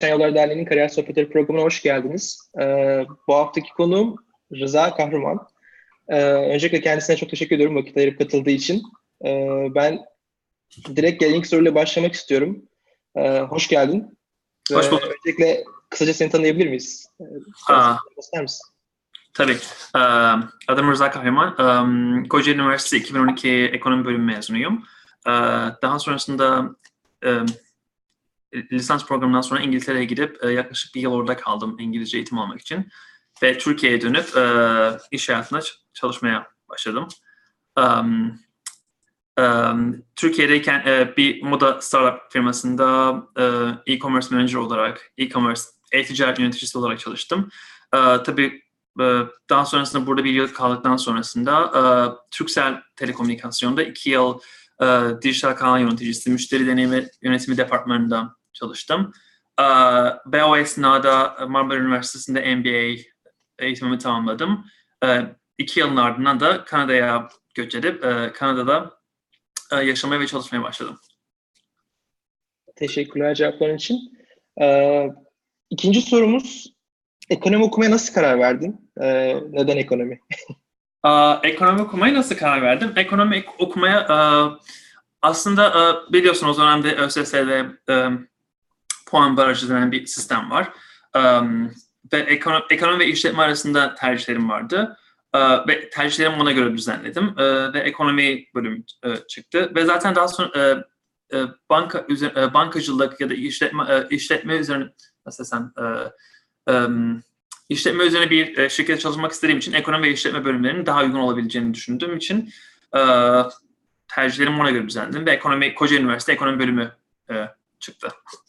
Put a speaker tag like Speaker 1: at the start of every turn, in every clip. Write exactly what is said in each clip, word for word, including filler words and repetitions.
Speaker 1: Çalışan Yollar Derneği'nin Kariyer Sohbetleri programına hoş geldiniz. Ee, bu haftaki konuğum Rıza Kahraman. Ee, öncelikle kendisine çok teşekkür ediyorum vakit ayırıp katıldığı için. Ee, ben direkt ilk soruyla başlamak istiyorum. Ee, hoş geldin.
Speaker 2: Hoş
Speaker 1: Ve
Speaker 2: bulduk.
Speaker 1: öncelikle kısaca seni tanıyabilir miyiz? Ee,
Speaker 2: Aa,
Speaker 1: ister misin?
Speaker 2: tabii. Ee, Adım Rıza Kahraman. Ee, Kocaeli Üniversitesi iki bin on iki Ekonomi Bölümü mezunuyum. Ee, Daha sonrasında e, lisans programından sonra İngiltere'ye gidip e, yaklaşık bir yıl orada kaldım İngilizce eğitim almak için. Ve Türkiye'ye dönüp e, iş hayatına ç- çalışmaya başladım. Um, um, Türkiye'deyken e, bir moda startup firmasında e, e-commerce manager olarak, e-commerce e-ticaret yöneticisi olarak çalıştım. E, tabii e, daha sonrasında burada bir yıl kaldıktan sonrasında e, Turkcell Telekomünikasyon'da iki yıl e, dijital kanal yöneticisi, müşteri deneyimi yönetimi departmanında çalıştım. E, ve o esnada Marmara Üniversitesi'nde M B A eğitimimi tamamladım. E, iki yılın ardından da Kanada'ya göç edip e, Kanada'da e, yaşamaya ve çalışmaya başladım.
Speaker 1: Teşekkürler cevapların için. Ee, ikinci sorumuz, ekonomi okumaya nasıl karar verdin? Ee, neden ekonomi?
Speaker 2: Aa, ekonomi okumaya nasıl karar verdim? Ekonomi ek- okumaya e, aslında e, biliyorsun o dönemde ÖSS'de e, puan barajı denen bir sistem var. E, ve ekonomi, ekonomi ve işletme arasında tercihlerim vardı. E, ve tercihlerimi ona göre düzenledim. E, ve ekonomi bölümü e, çıktı. Ve zaten daha sonra e, e, banka üzerine, e, bankacılık ya da işletme e, işletme üzerine nasıl desem e, e, işletme üzerine bir e, şirkette çalışmak istediğim için ekonomi ve işletme bölümlerinin daha uygun olabileceğini düşündüğüm için e, tercihlerimi ona göre düzenledim ve ekonomi Kocaeli Üniversitesi Ekonomi Bölümü e, çıktı.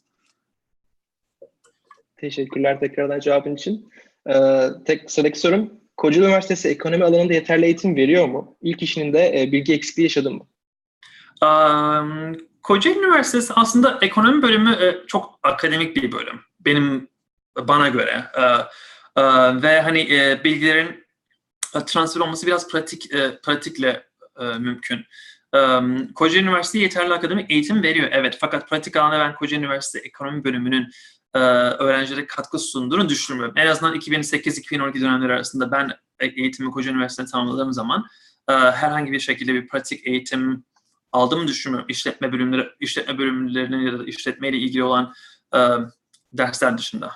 Speaker 1: Teşekkürler tekrardan cevabın için. Ee, tek sıradaki sorum, Kocaeli Üniversitesi ekonomi alanında yeterli eğitim veriyor mu? İlk işinde e, bilgi eksikliği yaşadın mı?
Speaker 2: Um, Kocaeli Üniversitesi aslında ekonomi bölümü e, çok akademik bir bölüm. Benim bana göre. E, e, ve hani e, bilgilerin e, transfer olması biraz pratik e, pratikle e, mümkün. Um, Kocaeli Üniversitesi yeterli akademik eğitim veriyor. Evet, fakat pratik alanda ben Kocaeli Üniversitesi Ekonomi Bölümünün e, öğrencilere katkı sunduğunu düşünmüyorum. En azından iki bin sekiz iki bin on iki dönemleri arasında ben eğitimi Kocaeli Üniversitesi'nde tamamladığım zaman e, herhangi bir şekilde bir pratik eğitim aldığımı düşünmüyorum. İşletme bölümleri, işletme bölümlerinin ya da işletmeyle ilgili olan e, dersler dışında.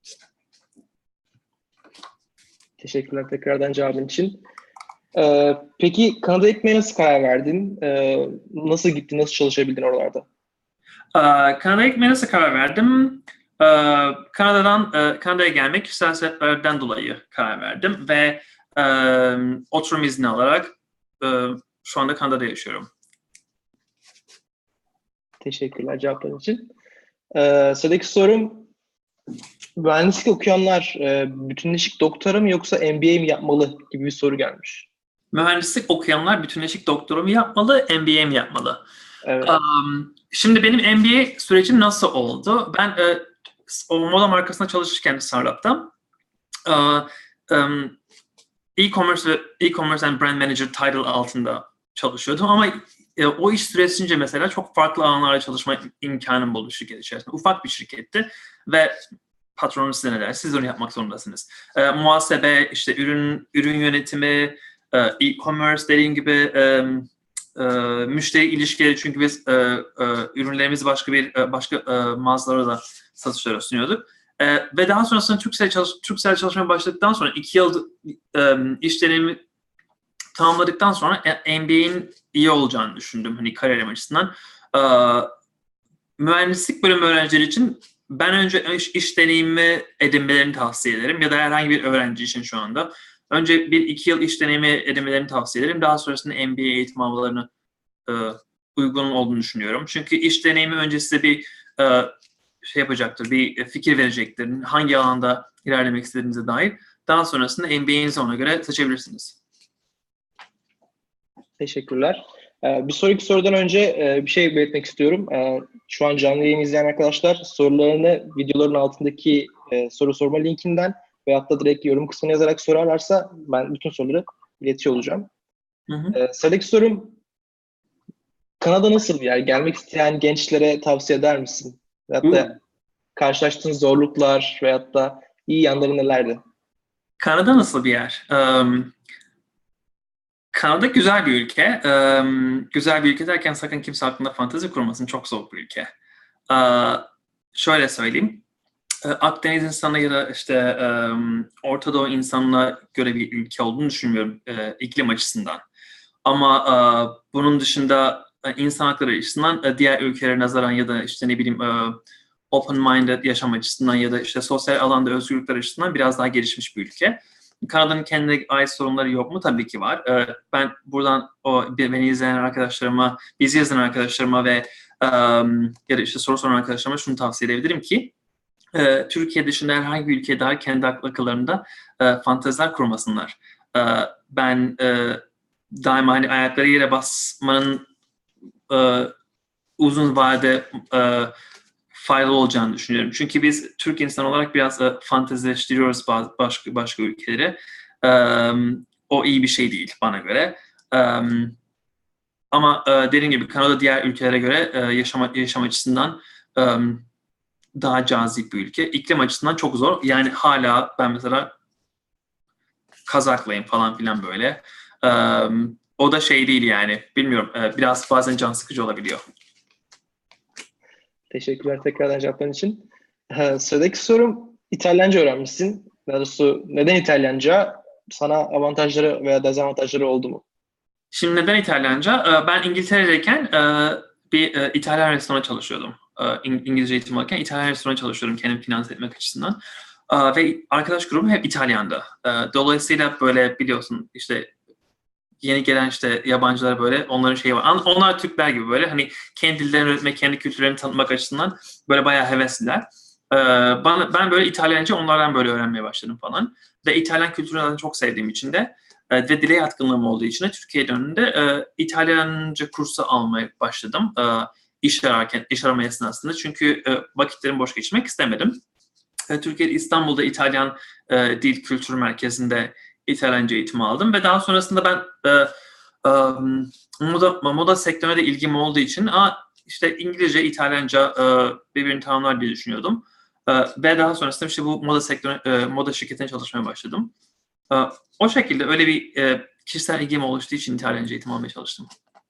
Speaker 1: Teşekkürler tekrardan cevabın için. Ee, peki Kanada'ya gitmeye nasıl karar verdin? Ee, nasıl gittin, nasıl çalışabildin oralarda?
Speaker 2: Ee, Kanada'ya gitmeye nasıl karar verdim? Ee, Kanada'dan e, Kanada'ya gelmek kişisel sebeplerden dolayı karar verdim ve e, oturum izni alarak e, şu anda Kanada'da yaşıyorum.
Speaker 1: Teşekkürler cevapların için. Ee, sıradaki sorum, mühendislik okuyanlar e, bütünleşik doktora mı yoksa M B A mi yapmalı gibi bir soru gelmiş.
Speaker 2: Mühendislik okuyanlar bütünleşik doktora mı yapmalı, M B A mi yapmalı?
Speaker 1: Evet.
Speaker 2: Um, şimdi benim M B A sürecim nasıl oldu? Ben e, o moda markasında çalışırken startup'ta e, um, e-commerce ve e-commerce and brand manager title altında çalışıyordum ama e, o iş süresince mesela çok farklı alanlarda çalışma imkanım oldu şirket içerisinde. Ufak bir şirketti ve patronunuz size ne der? Siz onu yapmak zorundasınız. E, muhasebe, işte ürün ürün yönetimi, e, e-commerce dediğim gibi e, e, müşteri ilişkileri, çünkü biz e, e, ürünlerimizi başka bir e, başka e, mağazalara da satışlara sunuyorduk. E, ve daha sonrasında Turkcell çalış, Turkcell çalışmaya başladıktan sonra iki yıl e, iş deneyimi tamamladıktan sonra M B A'nin iyi olacağını düşündüm hani kariyerim açısından. E, mühendislik bölümü öğrencileri için ben önce iş, iş deneyimi edinmelerini tavsiye ederim ya da herhangi bir öğrenci için şu anda. Önce bir iki yıl iş deneyimi edinmelerini tavsiye ederim. Daha sonrasında M B A eğitim almalarını e, uygun olduğunu düşünüyorum. Çünkü iş deneyimi önce size bir e, şey yapacaktır, bir fikir verecektir. Hangi alanda ilerlemek istediğinize dair. Daha sonrasında M B A'nizi ona göre seçebilirsiniz.
Speaker 1: Teşekkürler. Ee, bir sonraki sorudan önce e, bir şey belirtmek istiyorum. Ee, şu an canlı yayın izleyen arkadaşlar sorularını videoların altındaki e, soru sorma linkinden veyahut da direkt yorum kısmına yazarak sorarlarsa ben bütün soruları iletiyor olacağım.
Speaker 2: Hı hı.
Speaker 1: Ee, sıradaki sorum, Kanada nasıl bir yer? Gelmek isteyen gençlere tavsiye eder misin? Veyahut da karşılaştığınız zorluklar veyahut da iyi yanları nelerdi?
Speaker 2: Kanada nasıl bir yer? Um, Kanada güzel bir ülke. Um, güzel bir ülke derken sakın kimse aklında fantezi kurmasın. Çok soğuk bir ülke. Uh, şöyle söyleyeyim. Akdeniz insanına ya da işte um, Orta Doğu insanına göre bir ülke olduğunu düşünmüyorum uh, iklim açısından. Ama uh, bunun dışında uh, insan hakları açısından uh, diğer ülkelere nazaran ya da işte ne bileyim uh, open-minded yaşam açısından ya da işte sosyal alanda özgürlükler açısından biraz daha gelişmiş bir ülke. Kanada'nın kendine ait sorunları yok mu? Tabii ki var. Uh, ben buradan o beni izleyen arkadaşlarıma, bizi izleyen arkadaşlarıma ve um, ya da işte soru soran arkadaşlarıma şunu tavsiye edebilirim ki e, Türkiye dışında herhangi bir ülkeye dair kendi akıllarında e, fanteziler kurmasınlar. E, ben e, daima hani ayakları yere basmanın e, uzun vadede e, faydalı olacağını düşünüyorum. Çünkü biz Türk insan olarak biraz e, fantezileştiriyoruz başka başka ülkeleri. E, o iyi bir şey değil bana göre. E, ama e, dediğim gibi Kanada diğer ülkelere göre e, yaşam, yaşam açısından e, daha cazip bir ülke. İklim açısından çok zor. Yani hala ben mesela Kazaklıyım falan filan böyle. Ee, o da şey değil yani. Bilmiyorum. E, biraz bazen can sıkıcı olabiliyor.
Speaker 1: Teşekkürler tekrardan cevapların için. Ee, sıradaki sorum, İtalyanca öğrenmişsin. Daha doğrusu neden İtalyanca? Sana avantajları veya dezavantajları oldu mu?
Speaker 2: Şimdi neden İtalyanca? Ee, ben İngiltere'deyken e, bir e, İtalyan restoranı çalışıyordum. E, İngilizce eğitim alırken İtalyan restoranı çalışıyordum kendim finanse etmek açısından. E, ve arkadaş grubum hep İtalyan'da. E, dolayısıyla böyle biliyorsun işte yeni gelen işte yabancılar böyle onların şeyi var. Onlar Türkler gibi böyle hani kendi dillerini öğretmek, kendi kültürlerini tanıtmak açısından böyle bayağı hevesliler. Ee, bana, ben böyle İtalyanca onlardan böyle öğrenmeye başladım falan. Ve İtalyan kültürünü çok sevdiğim için de e, ve dile yatkınlığım olduğu için de Türkiye'ye döndüğümde e, İtalyanca kursu almaya başladım. E, iş ararken, iş arama esnasında. Çünkü e, vakitlerimi boş geçirmek istemedim. E, Türkiye'de İstanbul'da İtalyan e, Dil Kültür Merkezi'nde İtalyanca eğitimi aldım ve daha sonrasında ben e, e, moda, moda sektörüne de ilgim olduğu için a, işte İngilizce, İtalyanca e, birbirini tamamlar diye düşünüyordum. E, ve daha sonrasında işte bu moda sektörü, e, moda şirketine çalışmaya başladım. E, o şekilde öyle bir e, kişisel ilgim oluştuğu için İtalyanca eğitim almaya çalıştım.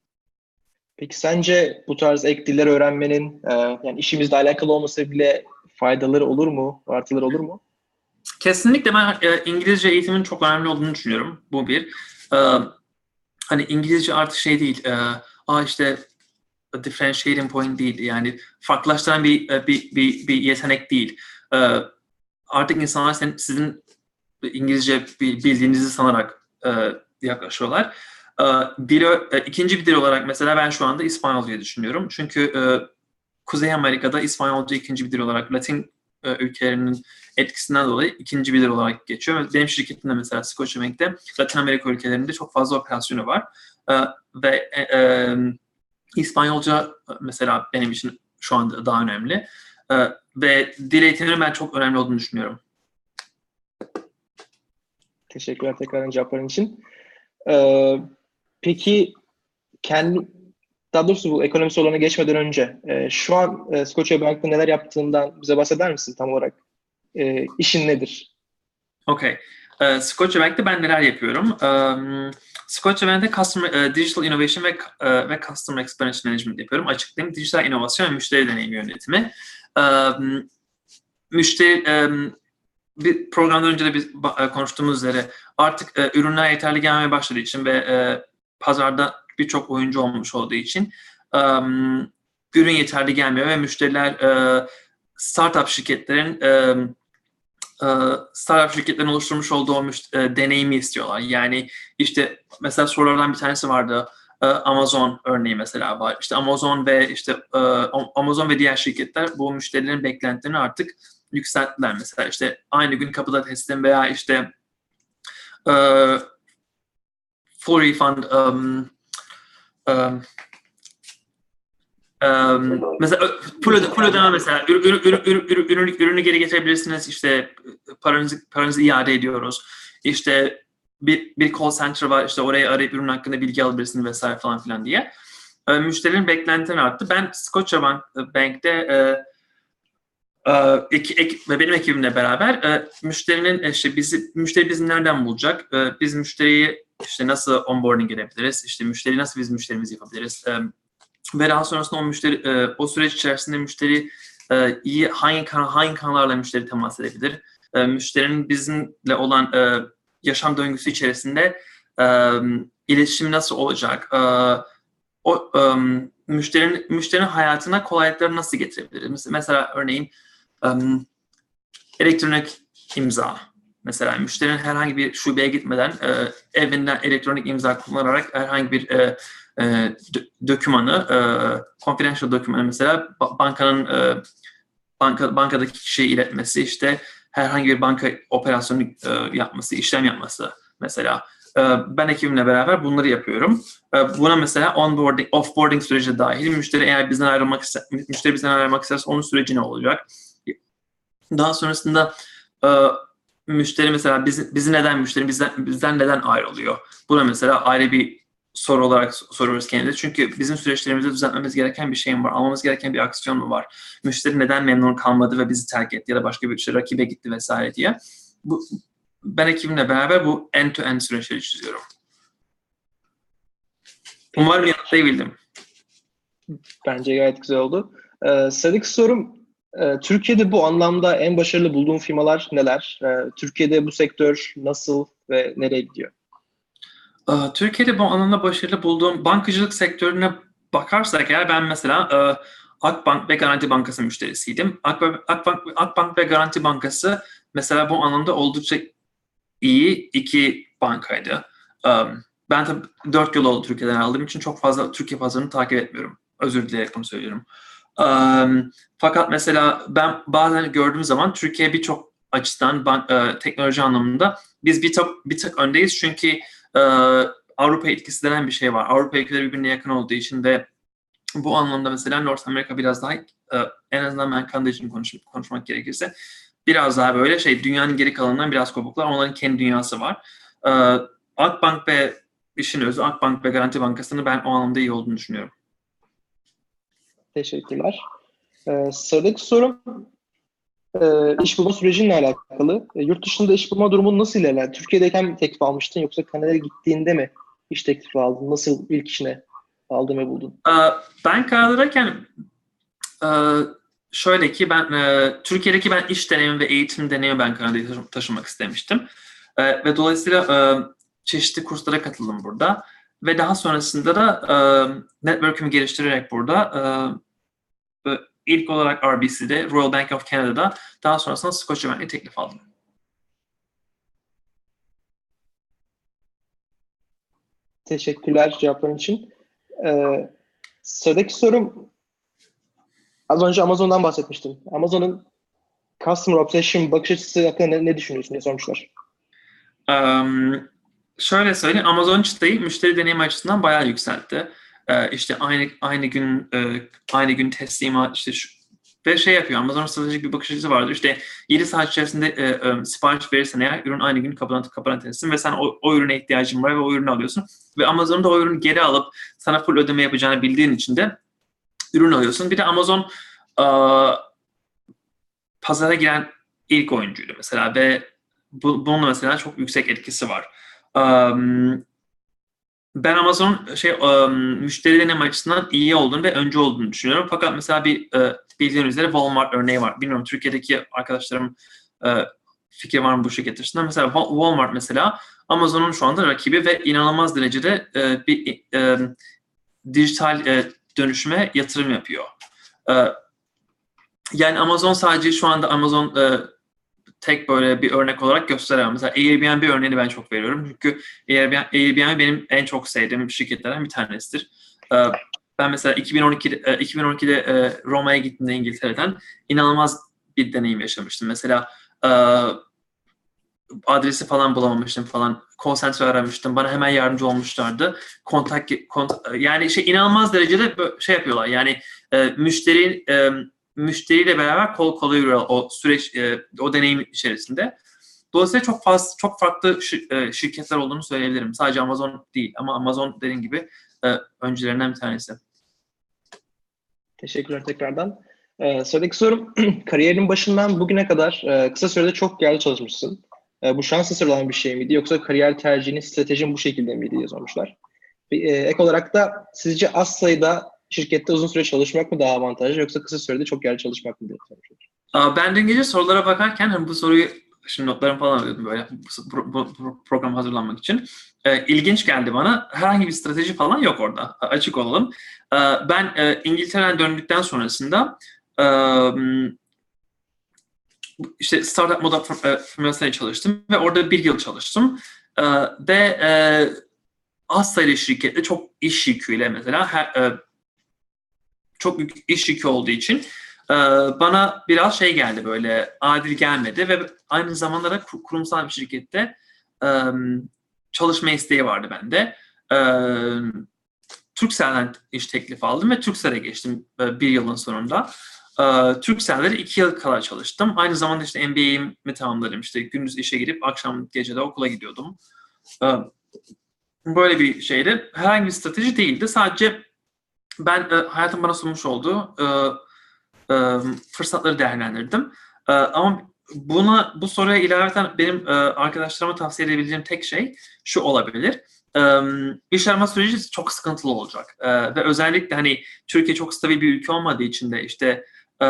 Speaker 1: Peki sence bu tarz ek diller öğrenmenin e, yani işimizle alakalı olmasa bile faydaları olur mu? Artıları olur mu?
Speaker 2: Kesinlikle ben e, İngilizce eğitimin çok önemli olduğunu düşünüyorum. Bu bir. E, hani İngilizce artık şey değil. E, aa işte a differentiating point değil. Yani farklılaştıran bir bir bir, bir yetenek değil. E, artık insanlar sen, sizin İngilizce bildiğinizi sanarak e, yaklaşıyorlar. E, dil, e, ikinci bir dil olarak mesela ben şu anda İspanyolcayı düşünüyorum. Çünkü e, Kuzey Amerika'da İspanyolca ikinci bir dil olarak Latin e, ülkelerinin etkisinden dolayı ikinci bir dil olarak geçiyor. Benim şirketimde mesela Scotiabank'te Latin Amerika ülkelerinde çok fazla operasyonu var. E, ve e, e, İspanyolca mesela benim için şu anda daha önemli. E, ve dil eğitiminin ben çok önemli olduğunu düşünüyorum.
Speaker 1: Teşekkürler tekrardan cevapların için. Ee, peki kendi, daha doğrusu bu ekonomi sorularına geçmeden önce e, şu an e, Scotiabank'ta neler yaptığından bize bahseder misin tam olarak? E, işin nedir?
Speaker 2: Okay. Uh, Scotiabank'te ben neler yapıyorum? Um, Scotiabank'te Customer, uh, Digital Innovation ve, uh, ve Customer Experience Management yapıyorum. Açıklayayım. Dijital inovasyon ve müşteri deneyimi yönetimi. Um, müşteri, um, bir programdan önce de biz konuştuğumuz üzere artık uh, ürünler yeterli gelmeye başladığı için ve uh, pazarda birçok oyuncu olmuş olduğu için um, ürün yeterli gelmiyor ve müşteriler uh, startup şirketlerin um, startup şirketlerin oluşturmuş olduğu o deneyimi istiyorlar. Yani işte mesela sorulardan bir tanesi vardı. Amazon örneği mesela var. İşte Amazon ve işte Amazon ve diğer şirketler bu müşterilerin beklentilerini artık yükselttiler. Mesela işte aynı gün kapıda teslim veya işte full refund um, um, Um, mesela full, full ödeme mesela ürün, ürün, ürün, ürün, ürün, ürünü geri getirebilirsiniz, işte paranızı paranızı iade ediyoruz, işte bir, bir call center var, işte oraya arayıp ürün hakkında bilgi alabilirsiniz vesaire falan filan diye. E, müşterinin beklentileri arttı. Ben Scotiabank Bank'te e, Ee, ek, ek, ve benim ekibimle beraber e, müşterinin işte bizi müşteri bizi nereden bulacak? E, biz müşteriyi işte nasıl onboarding edebiliriz? İşte müşteri nasıl biz müşterimiz yapabiliriz? E, ve daha sonrasında o müşteri e, o süreç içerisinde müşteri e, iyi hangi kanal hangi kanallarla müşteri temas edebilir? E, müşterinin bizimle olan e, yaşam döngüsü içerisinde e, iletişimi nasıl olacak? E, o e, müşterinin müşterinin hayatına kolaylıkları nasıl getirebiliriz? Mesela örneğin Um, elektronik imza. Mesela müşterinin herhangi bir şubeye gitmeden e, evinden elektronik imza kullanarak herhangi bir e, e, dokümanı, e, confidential dokümanı mesela bankanın e, banka, bankadaki kişiye iletmesi, işte herhangi bir banka operasyonu e, yapması, işlem yapması mesela. E, ben ekibimle beraber bunları yapıyorum. E, buna mesela onboarding, offboarding süreci dahil. Müşteri eğer bizden ayrılmak ister, müşteri bizden ayrılmak isterse onun süreci ne olacak? Daha sonrasında e, müşteri mesela bizi, bizi neden müşteri bizden, bizden neden ayrılıyor? Buna mesela ayrı bir soru olarak soruyoruz kendimize. Çünkü bizim süreçlerimizde düzeltmemiz gereken bir şey mi var? Almamız gereken bir aksiyon mu var? Müşteri neden memnun kalmadı ve bizi terk etti ya da başka bir şey rakibe gitti vesaire diye. Bu, ben ekibimle beraber bu end-to-end süreçleri çiziyorum. Umarım yanıtlayabildim.
Speaker 1: Bence gayet güzel oldu. Ee, sıradaki sorum, e, Türkiye'de bu anlamda en başarılı bulduğun firmalar neler? E, Türkiye'de bu sektör nasıl ve nereye gidiyor?
Speaker 2: Türkiye'de bu anlamda başarılı bulduğum bankacılık sektörüne bakarsak eğer ben mesela e, Akbank ve Garanti Bankası müşterisiydim. Akbank, Akbank, Akbank ve Garanti Bankası mesela bu anlamda oldukça iyi iki bankaydı. Um, ben tabii dört yıl oldu Türkiye'den aldığım için çok fazla Türkiye pazarını takip etmiyorum. Özür dileyerek bunu söylüyorum. Um, fakat mesela ben bazen gördüğüm zaman Türkiye birçok açıdan bank, e, teknoloji anlamında biz bir tık, bir tık öndeyiz çünkü e, Avrupa etkisi denen bir şey var. Avrupa ülkeleri birbirine yakın olduğu için ve bu anlamda mesela North America biraz daha e, en azından ben Kanada için konuş, konuşmak gerekirse biraz daha böyle şey dünyanın geri kalanından biraz kopuklar. Onların kendi dünyası var. E, Akbank ve işin özü Akbank ve Garanti Bankası'nın ben o anlamda iyi olduğunu düşünüyorum.
Speaker 1: Teşekkürler. Ee, sıradaki sorum e, iş bulma sürecinle alakalı. E, yurt dışında iş bulma durumun nasıl ilerledi? Türkiye'deyken mi teklif almıştın yoksa Kanada'ya gittiğinde mi iş teklifi aldın? Nasıl ilk işine aldın ve buldun?
Speaker 2: E, ben Kanada'dayken e, şöyle ki ben e, Türkiye'deki ben iş deneyimi ve eğitim deneyimi ben Kanada'ya taşımak istemiştim. E, ve dolayısıyla e, çeşitli kurslara katıldım burada. Ve daha sonrasında da e, network'ümü geliştirerek burada e, ilk olarak R B C'de, Royal Bank of Canada'da, daha sonrasında Scotiabank'e teklif aldım.
Speaker 1: Teşekkürler cevapların için. Ee, sıradaki sorum, az önce Amazon'dan bahsetmiştim. Amazon'un Customer Obsession bakış açısı hakkında ne, ne düşünüyorsun diye sormuşlar.
Speaker 2: Um, şöyle söyleyeyim, Amazon çıtayı müşteri deneyimi açısından bayağı yükseltti. Ee, işte aynı aynı gün e, aynı gün teslimat işte şu, ve şey yapıyor. Amazon'un stratejik bir bakış açısı vardır. İşte yedi saat içerisinde e, e, sipariş verirsen eğer ürün aynı gün kapına kapına teslim ve sen o, o ürüne ihtiyacın var ve o ürünü alıyorsun. Ve Amazon'da o ürünü geri alıp sana full ödeme yapacağını bildiğin için de ürün alıyorsun. Bir de Amazon e, pazara giren ilk oyuncuydu mesela ve bu, bunun mesela çok yüksek etkisi var. Um, ben Amazon'un şey um, müşteri deneyim açısından iyi olduğunu ve öncü olduğunu düşünüyorum. Fakat mesela bir e, bildiğiniz üzere Walmart örneği var. Bilmiyorum Türkiye'deki arkadaşlarım e, fikir var mı bu şirket dışında? Mesela Walmart mesela Amazon'un şu anda rakibi ve inanılmaz derecede e, bir e, dijital e, dönüşüme yatırım yapıyor. E, yani Amazon sadece şu anda Amazon e, tek böyle bir örnek olarak gösteremem. Mesela Airbnb örneğini ben çok veriyorum. Çünkü Airbnb, Airbnb benim en çok sevdiğim şirketlerden bir tanesidir. Ee, ben mesela iki bin on ikide, iki bin on ikide Roma'ya gittiğimde İngiltere'den inanılmaz bir deneyim yaşamıştım. Mesela adresi falan bulamamıştım falan. Call center aramıştım. Bana hemen yardımcı olmuşlardı. Kontak, kontak yani şey inanılmaz derecede şey yapıyorlar. Yani müşteri müşteriyle beraber kol kola yürüyor o süreç, e, o deneyim içerisinde. Dolayısıyla çok fazla, çok farklı şirketler olduğunu söyleyebilirim. Sadece Amazon değil ama Amazon dediğim gibi e, öncülerinden bir tanesi.
Speaker 1: Teşekkürler tekrardan. Ee, sıradaki sorum, kariyerin başından bugüne kadar e, kısa sürede çok yerde çalışmışsın. E, bu şans eseri olan bir şey miydi yoksa kariyer tercihinin, stratejin bu şekilde miydi diye sormuşlar. E, ek olarak da sizce az sayıda şirkette uzun süre çalışmak mı daha avantajlı yoksa kısa sürede çok yerde çalışmak mı diye sormuşlar.
Speaker 2: Aa, Ben dün gece sorulara bakarken hani bu soruyu, şimdi notlarımı falan alıyordum böyle bu, bu, bu program hazırlanmak için. Ee, ilginç geldi bana. Herhangi bir strateji falan yok orada. Açık olalım. Ee, ben e, İngiltere'den döndükten sonrasında e, işte Startup Moda firmasına çalıştım ve orada bir yıl çalıştım. Ee, ve e, az sayıda şirkette çok iş yüküyle mesela her, e, çok büyük iş yükü olduğu için e, bana biraz şey geldi, böyle adil gelmedi ve aynı zamanda da kurumsal bir şirkette e, çalışma isteği vardı bende. E, Turkcell'den iş teklifi aldım ve Turkcell'e geçtim e, bir yılın sonunda. E, Turkcell'de iki yıl kadar çalıştım. Aynı zamanda işte M B A'mi tamamladım. İşte gündüz işe girip akşam gece de okula gidiyordum. E, böyle bir şeydi. Herhangi bir strateji değildi. Sadece ben e, hayatım bana sunmuş olduğu e, e, fırsatları değerlendirdim. E, ama buna bu soruya ilaveten benim e, arkadaşlarıma tavsiye edebileceğim tek şey şu olabilir. E, iş arama süreci çok sıkıntılı olacak. E, ve özellikle hani Türkiye çok stabil bir ülke olmadığı için de işte e,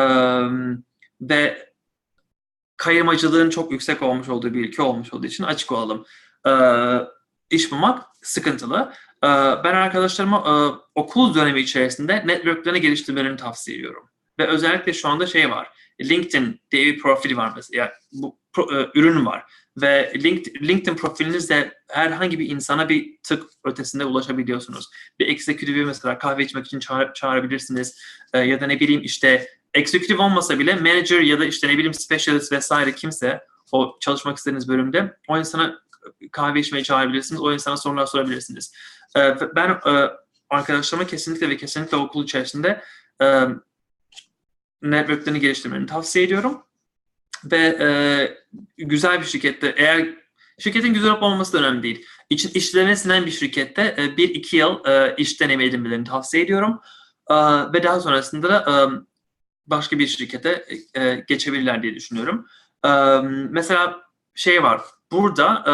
Speaker 2: ve kayırmacılığın çok yüksek olmuş olduğu bir ülke olmuş olduğu için açık olalım. E, iş bulmak sıkıntılı. Ben arkadaşlarıma okul dönemi içerisinde networklerini geliştirmelerini tavsiye ediyorum. Ve özellikle şu anda şey var, LinkedIn diye bir profili var mesela, yani bu pro, ürün var. Ve LinkedIn profilinizde herhangi bir insana bir tık ötesinde ulaşabiliyorsunuz. Bir executive'i mesela kahve içmek için çağır, çağırabilirsiniz. Ya da ne bileyim işte executive olmasa bile manager ya da işte ne bileyim specialist vesaire kimse o çalışmak istediğiniz bölümde o insana kahve içmeye çağırabilirsiniz. O insana sorular sorabilirsiniz. Ben arkadaşlarıma kesinlikle ve kesinlikle okul içerisinde networklerini geliştirmelerini tavsiye ediyorum. Ve güzel bir şirkette, eğer şirketin güzel olup olmaması da önemli değil. İçin, işlerine sinen bir şirkette bir iki yıl iş deneyimi edinmelerini tavsiye ediyorum. Ve daha sonrasında da başka bir şirkete geçebilirler diye düşünüyorum. Mesela şey var, burada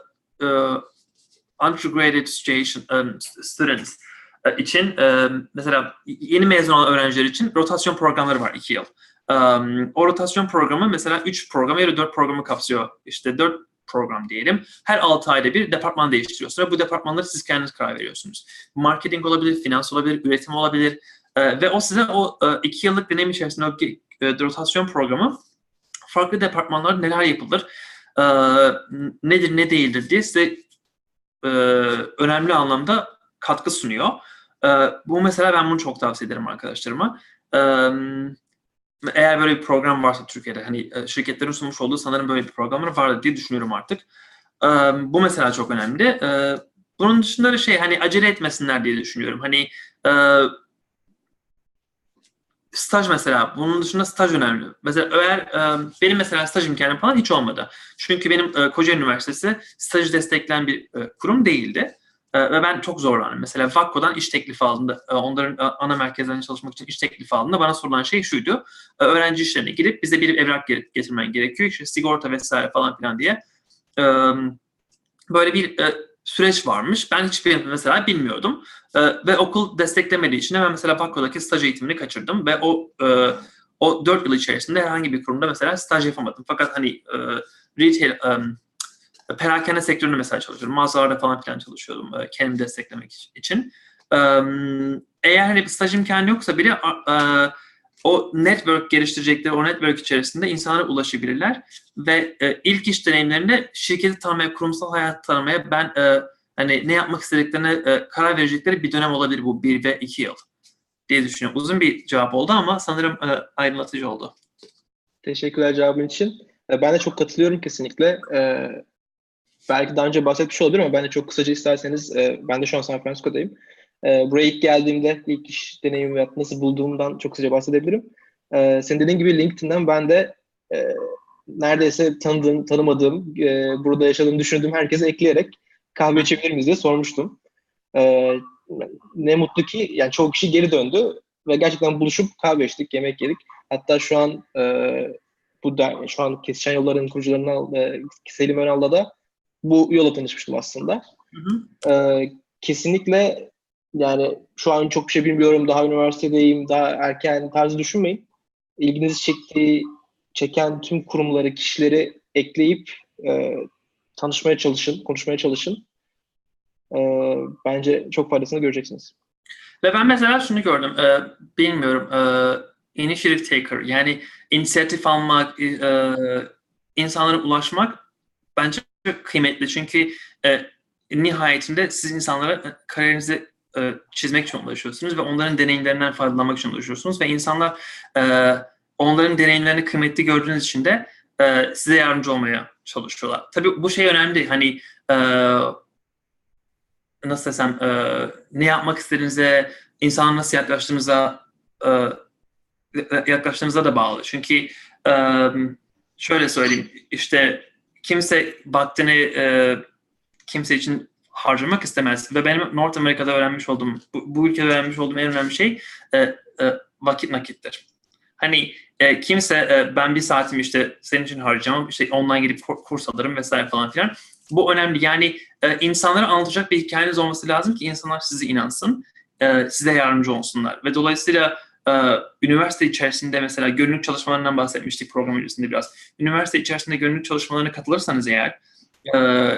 Speaker 2: undergraduate students için mesela yeni mezun olan öğrenciler için rotasyon programları var iki yıl. O rotasyon programı mesela üç programı ya da dört programı kapsıyor. İşte dört program diyelim. Her altı ayda bir departman değiştiriyorsunuz. Bu departmanları siz kendiniz karar veriyorsunuz. Marketing olabilir, finans olabilir, üretim olabilir. Ve o size o iki yıllık deneyim içerisinde o rotasyon programı farklı departmanlarda neler yapılır, nedir ne değildir diye size e, önemli anlamda katkı sunuyor. E, bu mesela ben bunu çok tavsiye ederim arkadaşlarıma. E, eğer böyle bir program varsa Türkiye'de, hani şirketlerin sunmuş olduğu sanırım böyle bir programlar vardı diye düşünüyorum artık. E, bu mesela çok önemli. E, bunun dışında da şey, hani acele etmesinler diye düşünüyorum. Hani e, staj mesela, bunun dışında staj önemli. Mesela eğer e, benim mesela staj imkanım falan hiç olmadı. Çünkü benim e, Kocaeli Üniversitesi stajı destekleyen bir e, kurum değildi. E, ve ben çok zorlandım. Mesela Vakko'dan iş teklifi aldığında, e, onların e, ana merkezlerinde çalışmak için iş teklifi aldığında bana sorulan şey şuydu. E, öğrenci işlerine girip bize bir evrak getirmen gerekiyor. İşte sigorta vesaire falan filan diye. E, böyle bir e, süreç varmış. Ben hiçbir mesela bilmiyordum. Ee, ve okul desteklemediği için ben mesela Vakko'daki staj eğitimini kaçırdım ve o e, o dört yıl içerisinde herhangi bir kurumda mesela staj yapamadım. Fakat hani e, retail, um, perakende sektöründe mesela çalışıyorum. Mağazalarda falan filan çalışıyordum e, kendimi desteklemek için. E, eğer hani bir staj imkanı yoksa bile e, o network geliştirecekleri, o network içerisinde insanlara ulaşabilirler ve e, ilk iş deneyimlerinde şirketi tanımaya, kurumsal hayatı tanımaya ben e, hani ne yapmak istediklerine e, karar verecekleri bir dönem olabilir bu bir ve iki yıl diye düşünüyorum. Uzun bir cevap oldu ama sanırım e, aydınlatıcı oldu.
Speaker 1: Teşekkürler cevabın için. E, ben de çok katılıyorum kesinlikle. E, belki daha önce bahsetmiş olabilirim ama ben de çok kısaca isterseniz e, ben de şu an San Francisco'dayım. E, buraya ilk geldiğimde ilk iş deneyimi ve nasıl bulduğumdan çok kısaca bahsedebilirim. E, senin dediğin gibi LinkedIn'den ben de e, neredeyse tanıdığım, tanımadığım, e, burada yaşadığımı düşündüğüm herkese ekleyerek kahve içebilir miyiz diye sormuştum. E, ne mutlu ki yani çoğu kişi geri döndü ve gerçekten buluşup kahve içtik, yemek yedik. Hatta şu an e, bu der, şu an Kesişen Yolların kurucularından e, Selim Önal'la da bu yola tanışmıştım aslında.
Speaker 2: Hı hı.
Speaker 1: E, kesinlikle yani şu an çok bir şey bilmiyorum, daha üniversitedeyim, daha erken tarzı düşünmeyin. İlginizi çektiği, çeken tüm kurumları, kişileri ekleyip e, tanışmaya çalışın, konuşmaya çalışın. E, bence çok faydasını göreceksiniz.
Speaker 2: Ve ben mesela şunu gördüm, e, bilmiyorum, e, initiative taker, yani inisiyatif almak, e, insanlara ulaşmak bence çok kıymetli. Çünkü e, nihayetinde siz insanlara kariyerinizi e, çizmek için ulaşıyorsunuz ve onların deneyimlerinden faydalanmak için ulaşıyorsunuz ve insanlar e, onların deneyimlerini kıymetli gördüğünüz için de e, size yardımcı olmaya çalışıyorlar. Tabii bu şey önemli, hani e, nasıl desem, e, ne yapmak istediğinize, insana nasıl yaklaştığınıza e, yaklaştığınıza da bağlı. Çünkü e, şöyle söyleyeyim, işte kimse vaktini e, kimse için harcamak istemez. Ve benim North Amerika'da öğrenmiş olduğum, bu, bu ülkede öğrenmiş olduğum en önemli şey e, e, vakit nakittir. Hani e, kimse e, ben bir saatimi işte senin için harcamam, işte online gidip kurs alırım vesaire falan filan. Bu önemli. Yani e, insanlara anlatacak bir hikayeniz olması lazım ki insanlar size inansın, e, size yardımcı olsunlar. Ve dolayısıyla e, üniversite içerisinde mesela gönüllülük çalışmalarından bahsetmiştik program öncesinde biraz. Üniversite içerisinde gönüllülük çalışmalarına katılırsanız eğer, e,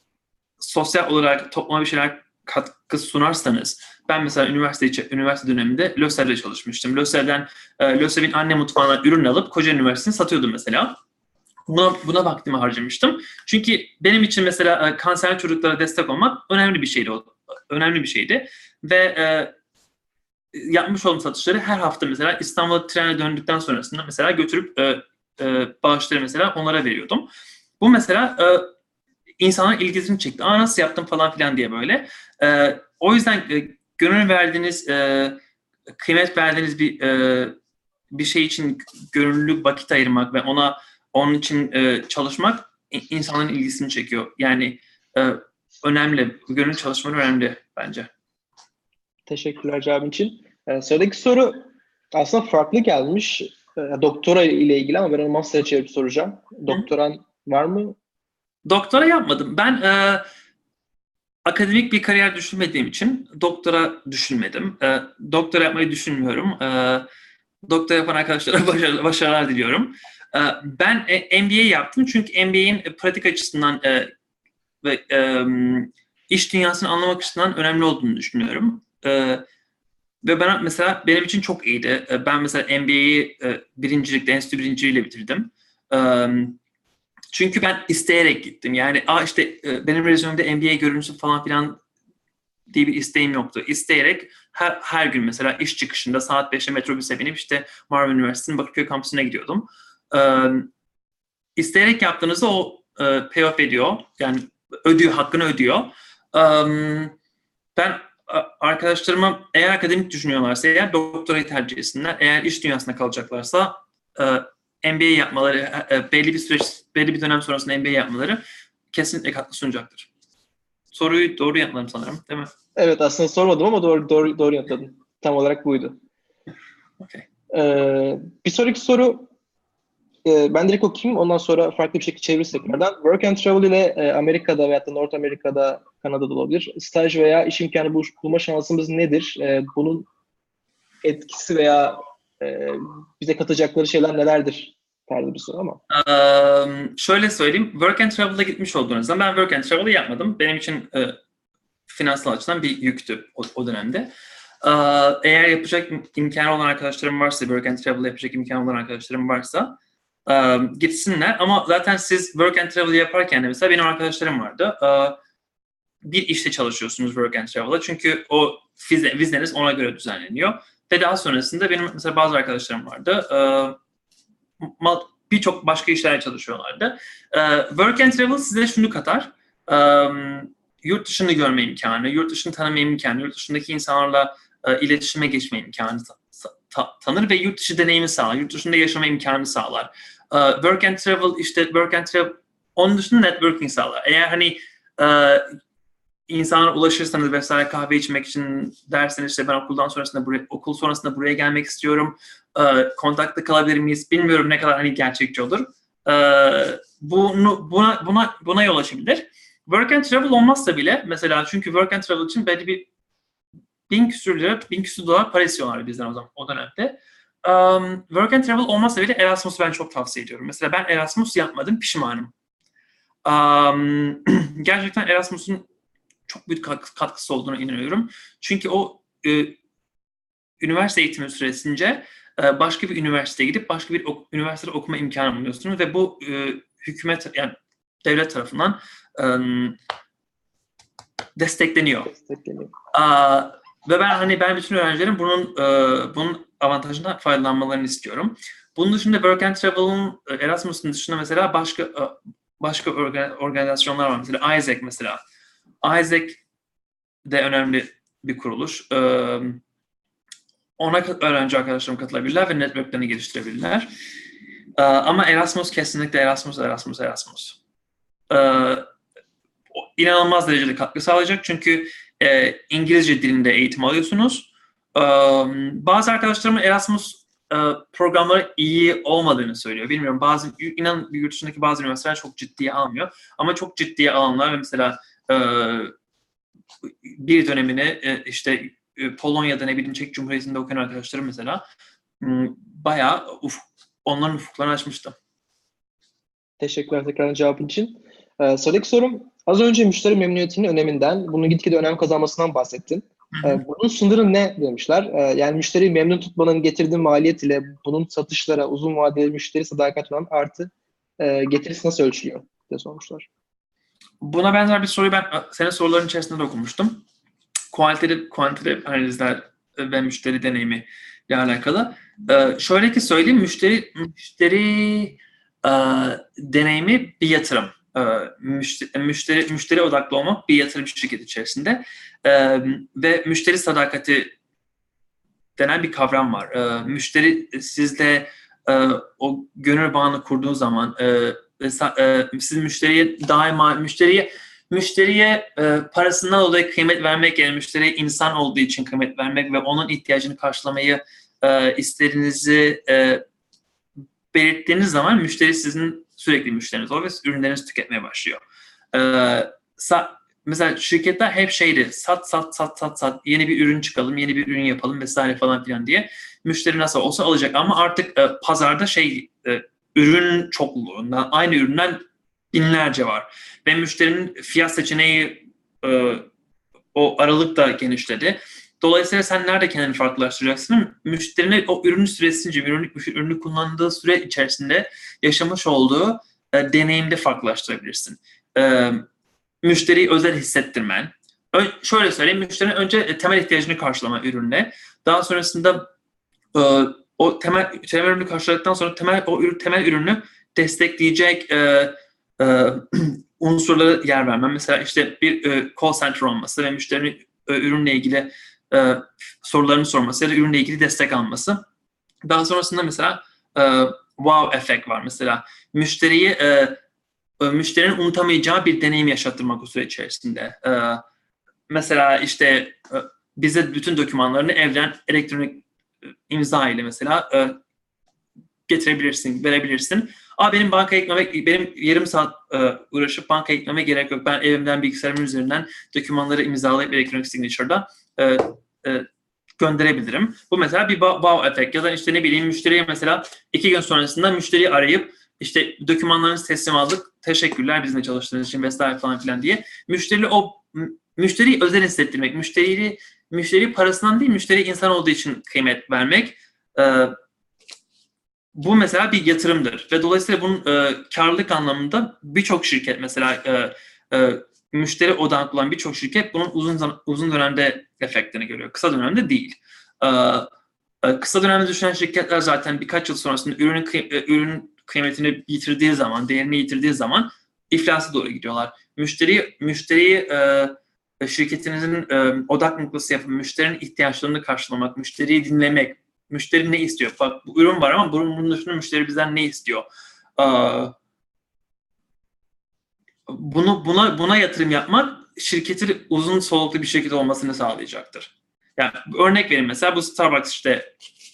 Speaker 2: sosyal olarak topluma bir şeyler katkı sunarsanız, ben mesela üniversite içi, üniversite döneminde LÖSEV'de çalışmıştım. LÖSEV'den, e, LÖSEV'in anne mutfağından ürün alıp Kocaeli Üniversitesi'ne satıyordum mesela. Buna, buna vaktimi harcamıştım. Çünkü benim için mesela e, kanserli çocuklara destek olmak önemli bir şeydi. O, önemli bir şeydi. Ve e, yapmış olduğum satışları her hafta mesela İstanbul'a trenle döndükten sonrasında mesela götürüp e, e, bağışları mesela onlara veriyordum. Bu mesela e, insanların ilgisini çekti. Aa, nasıl yaptım falan filan diye böyle. E, o yüzden e, gönül verdiğiniz, e, kıymet verdiğiniz bir e, bir şey için gönüllü vakit ayırmak ve ona onun için e, çalışmak insanların ilgisini çekiyor. Yani e, önemli. Gönüllü çalışmalar önemli bence.
Speaker 1: Teşekkürler cevabın için. Ee, sıradaki soru aslında farklı gelmiş. Ee, doktora ile ilgili ama ben onu master'a çevirip soracağım. Doktoran var mı?
Speaker 2: Doktora yapmadım. Ben e, akademik bir kariyer düşünmediğim için doktora düşünmedim. E, doktora yapmayı düşünmüyorum. E, doktora yapan arkadaşlara başarı, başarılar diliyorum. E, ben e, M B A yaptım çünkü M B A'in pratik açısından e, ve e, iş dünyasını anlamak açısından önemli olduğunu düşünüyorum. E, ve ben mesela benim için çok iyiydi. E, ben mesela M B A'yi e, birincilikle, enstitü birinciliğiyle bitirdim. E, Çünkü ben isteyerek gittim. Yani Aa işte e, benim rezümümde M B A görünsün falan filan diye bir isteğim yoktu. İsteyerek her, her gün mesela iş çıkışında saat beşte metrobüse binip işte Marmara Üniversitesi'nin Bakırköy kampüsüne gidiyordum. Ee, isteyerek yaptığınızda o e, payoff ediyor. Yani ödüyor, hakkını ödüyor. Ee, ben arkadaşlarıma eğer akademik düşünüyorlarsa eğer doktorayı tercih etsinler. Eğer iş dünyasında kalacaklarsa e, M B A yapmaları, e, belli bir süreç, belli bir dönem sonrasında M B A yapmaları kesinlikle katkı sunacaktır. Soruyu doğru yanıtladım sanırım, değil mi?
Speaker 1: Evet, aslında sormadım ama doğru doğru doğru yanıtladın. Tam olarak buydu.
Speaker 2: Okay.
Speaker 1: Ee, bir sonraki soru e, ben direkt okuyayım. Ondan sonra farklı bir şekilde çeviririz tekrardan. Work and Travel ile e, Amerika'da veyahut da North Amerika'da, Kanada'da olabilir. Staj veya iş imkanı bul- bulma şansımız nedir? E, bunun etkisi veya e, bize katacakları şeyler nelerdir? Tarzı bir soru ama.
Speaker 2: Um, şöyle söyleyeyim, Work and Travel'da gitmiş olduğunuzda, ben Work and Travel'ı yapmadım. Benim için e, finansal açıdan bir yüktü o, o dönemde. Uh, eğer yapacak imkanı olan arkadaşlarım varsa, Work and Travel yapacak imkanı olan arkadaşlarım varsa um, gitsinler. Ama zaten siz Work and Travel yaparken de mesela benim arkadaşlarım vardı. Uh, bir işte çalışıyorsunuz Work and Travel'da. Çünkü o vize, vizeniz ona göre düzenleniyor. Ve daha sonrasında benim mesela bazı arkadaşlarım vardı. Uh, birçok başka işlerle çalışıyorlardı. Uh, work and Travel size şunu katar. Um, yurt dışını görme imkanı, yurt dışını tanıma imkanı, yurt dışındaki insanlarla uh, iletişime geçme imkanı ta- ta- tanır ve yurt dışı deneyimi sağlar. Yurt dışında yaşama imkanı sağlar. Uh, work and Travel, işte Work and Travel onun dışında networking sağlar. Eğer hani uh, insanlara ulaşırsanız vesaire kahve içmek için derseniz işte ben okuldan sonrasında buraya, okul sonrasında buraya gelmek istiyorum. e, kontakta kalabilir miyiz? Bilmiyorum ne kadar hani gerçekçi olur. E, bunu buna buna buna yol açabilir. Work and travel olmazsa bile mesela çünkü work and travel için belli bir bin küsür lira, bin küsür dolar para istiyorlar bizden o zaman o dönemde. Um, work and travel olmazsa bile Erasmus'u ben çok tavsiye ediyorum. Mesela ben Erasmus yapmadım, pişmanım. Um, gerçekten Erasmus'un çok büyük katkısı olduğuna inanıyorum. Çünkü o e, üniversite eğitimi süresince e, başka bir üniversiteye gidip başka bir ok- üniversitede okuma imkanı buluyorsunuz ve bu e, hükümet yani devlet tarafından e, destekleniyor.
Speaker 1: Destekleniyor.
Speaker 2: Aa, ve ben hani ben bütün öğrencilerin bunun e, bunun avantajından faydalanmalarını istiyorum. Bunun dışında Work and Travel'ın Erasmus'un dışında mesela başka e, başka organ, organizasyonlar var. Mesela Isaac mesela. Isaac de önemli bir kuruluş. E, ona öğrenci arkadaşlarım katılabilirler ve networklerini geliştirebilirler. E, ama Erasmus kesinlikle Erasmus, Erasmus, Erasmus. E, inanılmaz derecede katkı sağlayacak çünkü e, İngilizce dilinde eğitim alıyorsunuz. E, bazı arkadaşlarımın Erasmus e, programları iyi olmadığını söylüyor. Bilmiyorum, bazı inan yurt dışındaki bazı üniversiteler çok ciddiye almıyor. Ama çok ciddiye alanlar ve mesela e, bir dönemini e, işte e, Polonya'da ne bileyim Çek Cumhuriyeti'nde okuyan arkadaşlarım mesela m, bayağı uf, onların ufuklarını açmıştı.
Speaker 1: Teşekkürler tekrar cevabın için. Ee, sıradaki sorum, az önce müşteri memnuniyetinin öneminden, bunun gitgide önem kazanmasından bahsettin.
Speaker 2: Hı hı.
Speaker 1: Ee, bunun sınırı ne demişler? Ee, yani müşteriyi memnun tutmanın getirdiği maliyet ile bunun satışlara, uzun vadeli müşteri sadakat olan artı e, getirisi nasıl ölçülüyor diye sormuşlar.
Speaker 2: Buna benzer bir soruyu ben senin soruların içerisinde de okumuştum. Kuantitatif, kuantitatif analizler ve müşteri deneyimi ile alakalı. Ee, şöyle ki söyleyeyim, müşteri müşteri e, deneyimi bir yatırım. E, müşteri, müşteri müşteri odaklı olmak bir yatırım şirketi içerisinde. E, ve müşteri sadakati denen bir kavram var. E, müşteri sizle e, o gönül bağını kurduğu zaman e, e, siz müşteriye daima müşteriye Müşteriye e, parasından dolayı kıymet vermek, yani müşteriye insan olduğu için kıymet vermek ve onun ihtiyacını karşılamayı e, istediğinizi e, belirttiğiniz zaman müşteri sizin sürekli müşteriniz oluyor ve ürünlerinizi tüketmeye başlıyor. E, sa, mesela şirketler hep şeydi, sat sat sat sat sat, yeni bir ürün çıkalım, yeni bir ürün yapalım vesaire falan filan diye. Müşteri nasıl olsa alacak ama artık e, pazarda şey e, ürün çokluğundan, aynı üründen binlerce var. Ve müşterinin fiyat seçeneği e, o aralık da genişledi. Dolayısıyla sen nerede kendini farklılaştıracaksın? Müşterinin o ürünün süresince, ürünü, ürünü kullandığı süre içerisinde yaşamış olduğu e, deneyimde farklılaştırabilirsin. E, müşteriyi özel hissettirmen. Ö, şöyle söyleyeyim, müşterinin önce temel ihtiyacını karşılama ürünle. Daha sonrasında e, o temel, temel ürünü karşıladıktan sonra temel o ürün, temel ürünü destekleyecek e, e, unsurlara yer vermem. Mesela işte bir e, call center olması ve müşterinin e, ürünle ilgili e, sorularını sorması ya da ürünle ilgili destek alması. Daha sonrasında mesela e, wow effect var. Mesela müşteriyi e, e, müşterinin unutamayacağı bir deneyim yaşattırmak o süre içerisinde. E, mesela işte e, bize bütün dokümanlarını evden elektronik e, imza ile mesela e, getirebilirsin, verebilirsin. Aa, benim bankaya gitmeme, benim yarım saat e, uğraşıp bankaya gitmeme gerek yok. Ben evimden bilgisayarımın üzerinden dokümanları imzalayıp elektronik signature'da e, e, gönderebilirim. Bu mesela bir wow effect. Ya da işte ne bileyim müşteriye mesela iki gün sonrasında müşteriyi arayıp işte dokümanlarınızı teslim aldık, teşekkürler bizimle çalıştığınız için vesaire falan filan diye. Müşteri o müşteriyi özel hissettirmek, müşteriyi müşteri parasından değil, müşteri insan olduğu için kıymet vermek. E, Bu mesela bir yatırımdır ve dolayısıyla bunun e, karlılık anlamında birçok şirket mesela e, e, müşteri odaklı olan birçok şirket bunun uzun uzun dönemde efektini görüyor. Kısa dönemde değil. E, e, kısa dönemde düşünen şirketler zaten birkaç yıl sonrasında ürünün kıy- e, ürün kıymetini yitirdiği zaman, değerini yitirdiği zaman iflasa doğru gidiyorlar. Müşteri müşteriyi e, şirketinizin e, odak noktası yapıp müşterinin ihtiyaçlarını karşılamak, müşteriyi dinlemek. Müşteri ne istiyor? Bak bu ürün var ama bunun dışında müşteri bizden ne istiyor? Bunu buna buna yatırım yapmak şirketin uzun soluklu bir şirket olmasını sağlayacaktır. Yani örnek vereyim, mesela bu Starbucks işte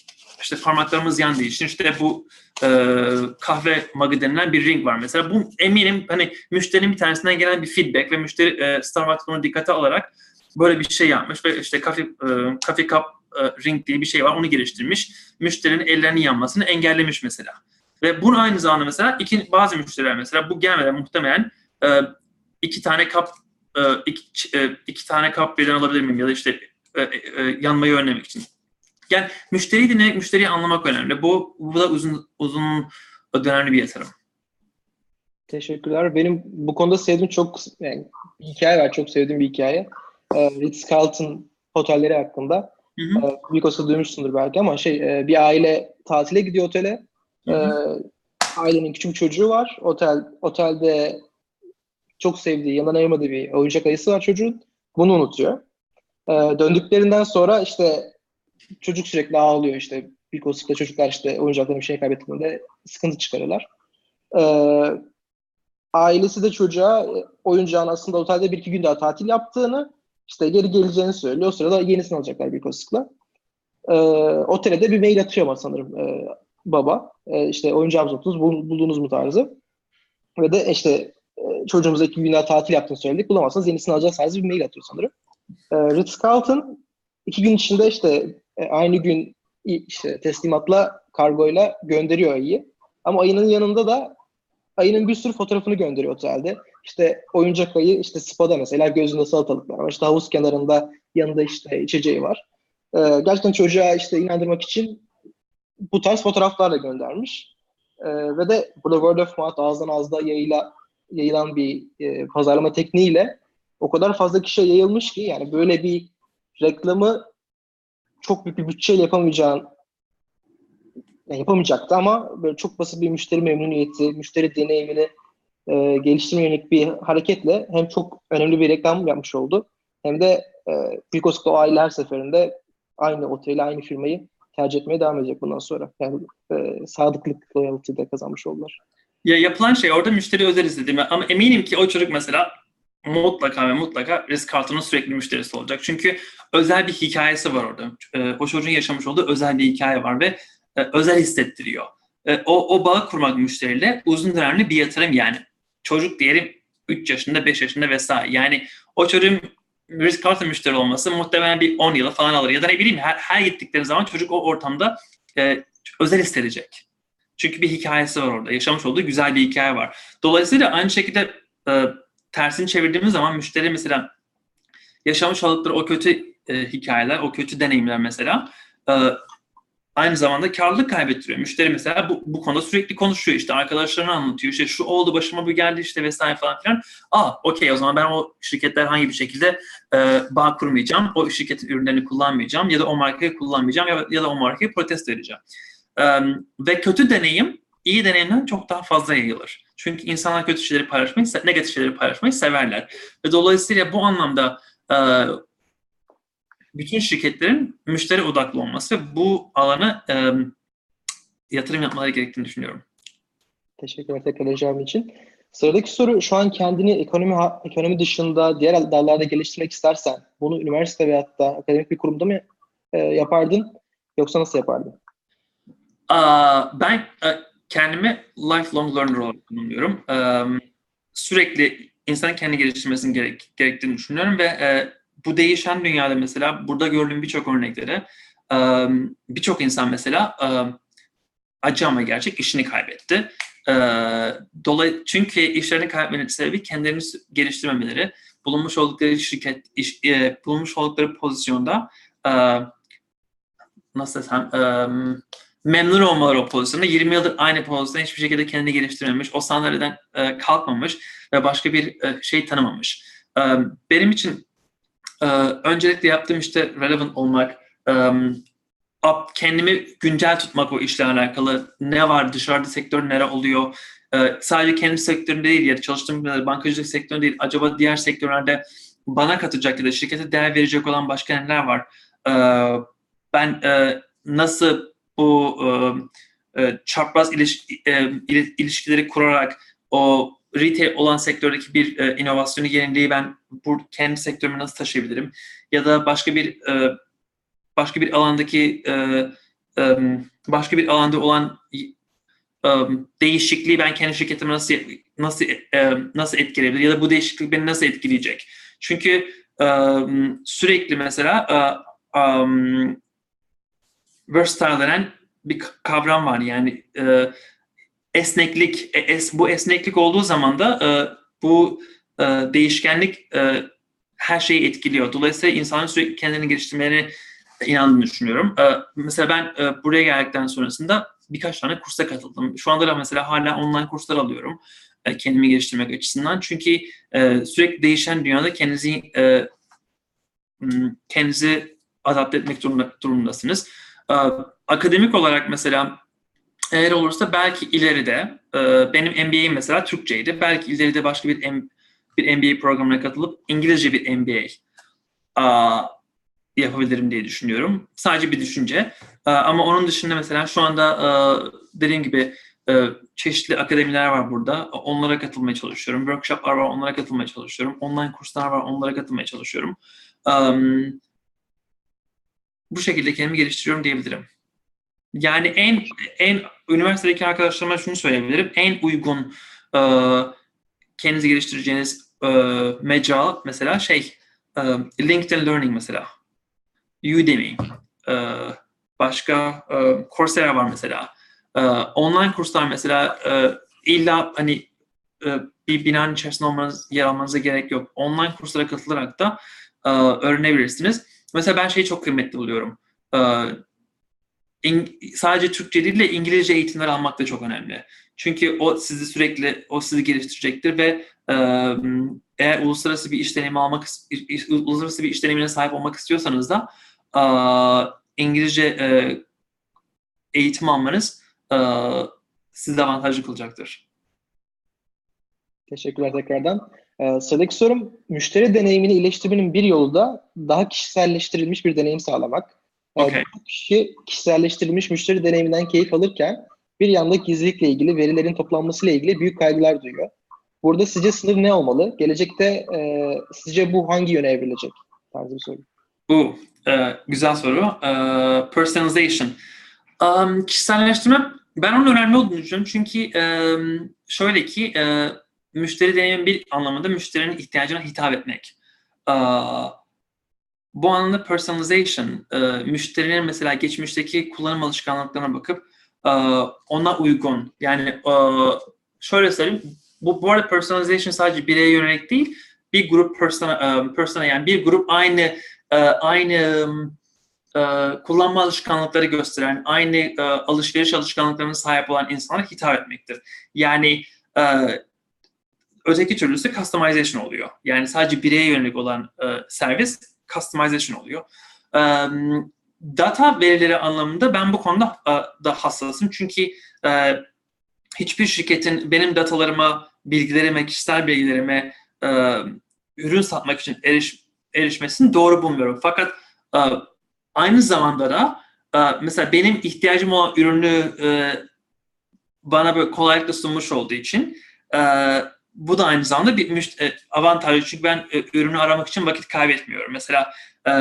Speaker 2: işte parmaklarımız yandığı için işte bu e, kahve mug'ı denilen bir ring var mesela. Bu eminim hani müşterinin bir tanesinden gelen bir feedback ve müşteri e, Starbucks bunu dikkate alarak böyle bir şey yapmış ve işte coffee, e, coffee cup e, ring diye bir şey var, onu geliştirmiş. Müşterinin ellerinin yanmasını engellemiş mesela. Ve bunun aynı zamanda mesela iki, bazı müşteriler mesela bu gelmeden muhtemelen e, iki tane kap e, iki, e, iki tane kap birden alabilir miyim ya da işte e, e, yanmayı önlemek için. Yani müşteriyi dinlemek, müşteriyi anlamak önemli. Bu, bu da uzun uzun dönemli bir yatırım.
Speaker 1: Teşekkürler. Benim bu konuda sevdiğim çok yani, bir hikaye var. Çok sevdiğim bir hikaye. Ee, Ritz-Carlton otelleri hakkında.
Speaker 2: Hı hı.
Speaker 1: Ee, Mikos'ta duymuşsundur belki ama şey e, bir aile tatile gidiyor otele.
Speaker 2: Hı hı.
Speaker 1: Ee, ailenin küçük bir çocuğu var. Otel otelde çok sevdiği, yanından ayırmadığı bir oyuncak ayısı var çocuğun. Bunu unutuyor. Ee, döndüklerinden sonra işte çocuk sürekli ağlıyor işte. Mikos'ta çocuklar işte oyuncaklarını bir şey kaybettiğinde sıkıntı çıkarıyorlar. Ee, Ailesi de çocuğa e, oyuncağın aslında otelde bir iki gün daha tatil yaptığını, işte geri geleceğini söylüyor. O sırada yenisini alacaklar bir Kostik'la. Ee, otele de bir mail atıyor ama sanırım e, baba. E, işte oyuncağımızı buldunuz, bul- buldunuz mu tarzı. Ve de işte e, çocuğumuza iki gün daha tatil yaptığını söyledik. Bulamazsanız yenisini alacağız tarzı bir mail atıyor sanırım. E, Ritz-Carlton iki gün içinde işte e, aynı gün işte teslimatla, kargoyla gönderiyor ayıyı. Ama ayının yanında da ayının bir sürü fotoğrafını gönderiyor otelde. İşte oyuncak ayı işte spada mesela gözünde salatalıklar var. İşte havuz kenarında yanında işte içeceği var. Ee, gerçekten çocuğa işte inandırmak için bu tarz fotoğraflarla göndermiş. Ee, ve de burada word of mouth, ağızdan ağızda yayıla, yayılan bir e, pazarlama tekniğiyle o kadar fazla kişiye yayılmış ki yani böyle bir reklamı çok büyük bir bütçeyle yapamayacağın yani yapamayacaktı ama böyle çok basit bir müşteri memnuniyeti, müşteri deneyimini e, geliştirmeye yönelik bir hareketle hem çok önemli bir reklam yapmış oldu hem de e, Pilkos'ta o aile her seferinde aynı oteli, aynı firmayı tercih etmeye devam edecek bundan sonra. Yani e, sadıklık, loyalty de kazanmış oldular.
Speaker 2: Ya yapılan şey orada müşteri özel istediğimi ama eminim ki o çocuk mesela mutlaka ve mutlaka Ritz-Carlton'un sürekli müşterisi olacak. Çünkü özel bir hikayesi var orada. E, o çocuğun yaşamış olduğu özel bir hikaye var ve e, özel hissettiriyor. E, o, o bağı kurmak müşteriyle uzun dönemli bir yatırım yani. Çocuk diyelim üç yaşında, beş yaşında vesaire. Yani o çocuğun Ritz-Carlton müşteri olması muhtemelen bir on yılı falan alır. Ya da ne bileyim her, her gittikleri zaman çocuk o ortamda e, özel hissedecek. Çünkü bir hikayesi var orada. Yaşamış olduğu güzel bir hikaye var. Dolayısıyla aynı şekilde e, tersini çevirdiğimiz zaman müşteri mesela yaşamış oldukları o kötü e, hikayeler, o kötü deneyimler mesela e, aynı zamanda karlılık kaybettiriyor. Müşteri mesela bu, bu konuda sürekli konuşuyor. İşte arkadaşlarına anlatıyor. İşte şu oldu, başıma bu geldi işte vesaire falan filan. Aa okey, o zaman ben o şirketler herhangi bir şekilde e, bağ kurmayacağım. O şirketin ürünlerini kullanmayacağım ya da o markayı kullanmayacağım ya, ya da o markayı protesto edeceğim. Um, ve kötü deneyim iyi deneyimden çok daha fazla yayılır. Çünkü insanlar kötü şeyleri paylaşmayı, negatif şeyleri paylaşmayı severler. Ve dolayısıyla bu anlamda e, bütün şirketlerin müşteri odaklı olması ve bu alana e, yatırım yapmaları gerektiğini düşünüyorum.
Speaker 1: Teşekkürler tekrar cevabın için. Sıradaki soru, şu an kendini ekonomi ekonomi dışında diğer dallarda geliştirmek istersen bunu üniversite veyahut da akademik bir kurumda mı e, yapardın yoksa nasıl yapardın?
Speaker 2: Aa, ben e, kendimi lifelong learner olarak tanımlıyorum. E, sürekli insanın kendi geliştirmesinin gerek, gerektiğini düşünüyorum ve e, bu değişen dünyada mesela burada gördüğüm birçok örnekleri e, birçok insan mesela e, acı ama gerçek işini kaybetti. E, dolay çünkü işlerini kaybetmenin sebebi kendilerini geliştirmemeleri, bulunmuş oldukları şirket, iş, e, bulunmuş oldukları pozisyonda e, nasıl desem e, memnun olmaları o pozisyonda. yirmi yıldır aynı pozisyonda hiçbir şekilde kendini geliştirmemiş, o sandalyeden e, kalkmamış ve başka bir e, şey tanımamış. E, benim için e, öncelikle yaptığım işte relevant olmak, e, up, kendimi güncel tutmak o işle alakalı. Ne var dışarıda, sektör nere oluyor? E, sadece kendi sektöründe değil ya da çalıştığım bankacılık sektöründe değil, acaba diğer sektörlerde bana katacak ya da şirkete değer verecek olan başka neler var? E, ben e, nasıl bu e, e, çapraz iliş, e, ilişkileri kurarak o retail olan sektördeki bir e, inovasyonu, yeniliği ben bu kendi sektörüme nasıl taşıyabilirim? Ya da başka bir e, başka bir alandaki e, um, başka bir alanda olan um, değişikliği ben kendi şirketime nasıl nasıl um, nasıl etkileyebilir ya da bu değişiklik beni nasıl etkileyecek? Çünkü um, sürekli mesela um, versatile denen bir kavram var. Yani uh, esneklik, es, bu esneklik olduğu zaman da uh, bu uh, değişkenlik uh, her şeyi etkiliyor. Dolayısıyla insanın sürekli kendini geliştirmelerine inandığını düşünüyorum. Uh, mesela ben uh, buraya geldikten sonrasında birkaç tane kursa katıldım. Şu anda da mesela hala online kurslar alıyorum uh, kendimi geliştirmek açısından. Çünkü uh, sürekli değişen dünyada kendinizi uh, kendinizi adapte etmek durumunda, durumundasınız. Uh, akademik olarak mesela eğer olursa belki ileride uh, benim M B A'im mesela Türkçeydi. Belki ileride başka bir M- bir M B A programına katılıp İngilizce bir M B A uh, yapabilirim diye düşünüyorum. Sadece bir düşünce. Uh, ama onun dışında mesela şu anda uh, dediğim gibi uh, çeşitli akademiler var burada. Onlara katılmaya çalışıyorum. Workshoplar var, onlara katılmaya çalışıyorum. Online kurslar var, onlara katılmaya çalışıyorum. Um, bu şekilde kendimi geliştiriyorum diyebilirim. Yani en en üniversitedeki arkadaşlarıma şunu söyleyebilirim. En uygun uh, kendinizi geliştireceğiniz uh, mecra mesela şey uh, LinkedIn Learning mesela. Udemy. Uh, başka uh, Coursera var mesela. Uh, online kurslar mesela uh, illa hani uh, bir binanın içerisinde olmanız, yer almanıza gerek yok. Online kurslara katılarak da uh, öğrenebilirsiniz. Mesela ben şeyi çok kıymetli buluyorum. Uh, in, sadece Türkçe değil de İngilizce eğitimler almak da çok önemli. Çünkü o sizi sürekli, o sizi geliştirecektir ve uh, eğer uluslararası bir iş deneyimi almak, uluslararası bir iş deneyimine sahip olmak istiyorsanız da uh, İngilizce uh, eğitim almanız uh, sizi avantajlı kılacaktır.
Speaker 1: Teşekkürler tekrardan. Ee, sıradaki sorum, müşteri deneyimini iyileştirmenin bir yolu da daha kişiselleştirilmiş bir deneyim sağlamak. Ee,
Speaker 2: Okay.
Speaker 1: Bu kişi kişiselleştirilmiş müşteri deneyiminden keyif alırken bir yanda gizlilikle ilgili, verilerin toplanmasıyla ilgili büyük kaygılar duyuyor. Burada sizce sınır ne olmalı? Gelecekte e, sizce bu hangi yöne evrilecek? Tarzı bir soru.
Speaker 2: Bu e, güzel soru. E, personalization. Um, kişiselleştirme, ben onun önemli olduğunu düşünüyorum. Çünkü e, şöyle ki e, müşteri deneyimi bir anlamında müşterinin ihtiyacına hitap etmek. E, bu anlamda personalization, e, müşterinin mesela geçmişteki kullanım alışkanlıklarına bakıp e, ona uygun. Yani e, şöyle söyleyeyim, bu, bu arada personalization sadece bireye yönelik değil, bir grup persona, um, persona yani bir grup aynı uh, aynı um, uh, kullanma alışkanlıkları gösteren, aynı uh, alışveriş alışkanlıklarına sahip olan insanlara hitap etmektir. Yani uh, öteki türlüsü customization oluyor. Yani sadece bireye yönelik olan uh, servis customization oluyor. Um, data verileri anlamında ben bu konuda uh, da hassasım. Çünkü uh, hiçbir şirketin benim datalarıma, bilgilerime, kişisel bilgilerime e, ürün satmak için eriş, erişmesini doğru bulmuyorum. Fakat e, aynı zamanda da e, mesela benim ihtiyacım olan ürünü e, bana böyle kolaylıkla sunmuş olduğu için e, bu da aynı zamanda bir müşt- e, avantajlı. Çünkü ben e, ürünü aramak için vakit kaybetmiyorum. Mesela e,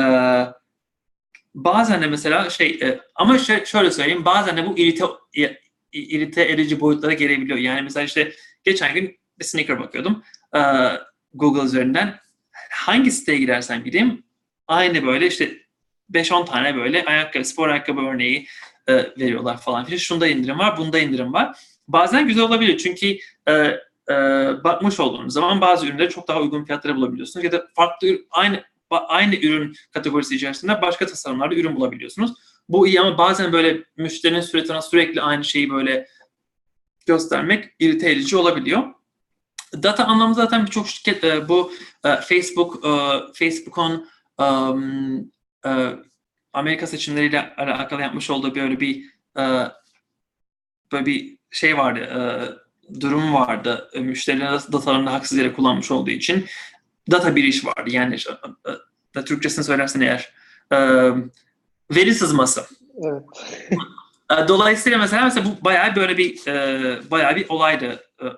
Speaker 2: bazen de mesela şey e, ama şöyle, şöyle söyleyeyim, bazen de bu irite irite edici boyutlara gelebiliyor. Yani mesela işte geçen gün bir sneaker bakıyordum e, Google üzerinden. Hangi siteye gidersen gideyim aynı böyle işte beş on tane böyle ayakkabı, spor ayakkabı örneği e, veriyorlar falan. İşte şunda indirim var, bunda indirim var. Bazen güzel olabiliyor çünkü e, e, bakmış olduğunuz zaman bazı ürünleri çok daha uygun fiyatlara bulabiliyorsunuz ya da farklı aynı aynı ürün kategorisi içerisinde başka tasarımlarda ürün bulabiliyorsunuz. Bu iyi ama bazen böyle müşterinin suretine sürekli aynı şeyi böyle göstermek irite edici olabiliyor. Data anlamında zaten birçok şirket e, bu e, Facebook, e, Facebook'un um, e, Amerika seçimleriyle alakalı yapmış olduğu böyle bir e, böyle bir şey vardı, e, durum vardı. E, müşterilerin datalarını haksız yere kullanmış olduğu için data bir iş vardı. Yani e, e, Türkçesini söylersen eğer e, veri sızması.
Speaker 1: Evet.
Speaker 2: Dolayısıyla mesela mesela bu bayağı böyle bir e, bayağı bir olaydı.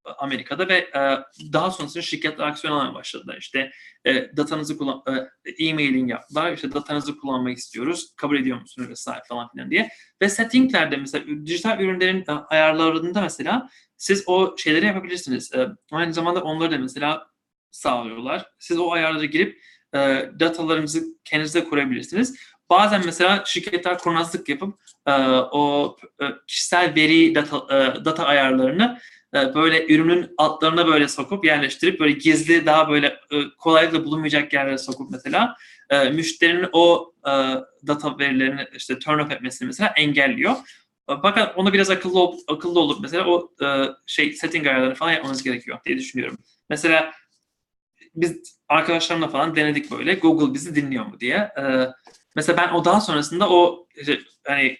Speaker 2: Amerika'da ve e, daha sonrasında şirketler aksiyon almaya başladılar. İşte e, datanızı kullan, e, e-mailing yaptılar. İşte datanızı kullanmak istiyoruz. Kabul ediyor musunuz vesaire falan filan diye. Ve settinglerde mesela dijital ürünlerin e, ayarlarında mesela siz o şeyleri yapabilirsiniz. E, aynı zamanda onları da mesela sağlıyorlar. Siz o ayarlara girip e, datalarınızı kendinize kurabilirsiniz. Bazen mesela şirketler kurnazlık yapıp e, o e, kişisel veri data, e, data ayarlarını e, böyle ürünün altlarına böyle sokup yerleştirip böyle gizli daha böyle e, kolaylıkla bulunmayacak yerlere sokup mesela e, müşterinin o e, data verilerini işte turn off etmesini mesela engelliyor. E, fakat onu biraz akıllı ol, akıllı olup mesela o e, şey setting ayarlarını falan yapmanız gerekiyor diye düşünüyorum. Mesela biz arkadaşlarımla falan denedik böyle Google bizi dinliyor mu diye. E, mesela ben o daha sonrasında o işte, hani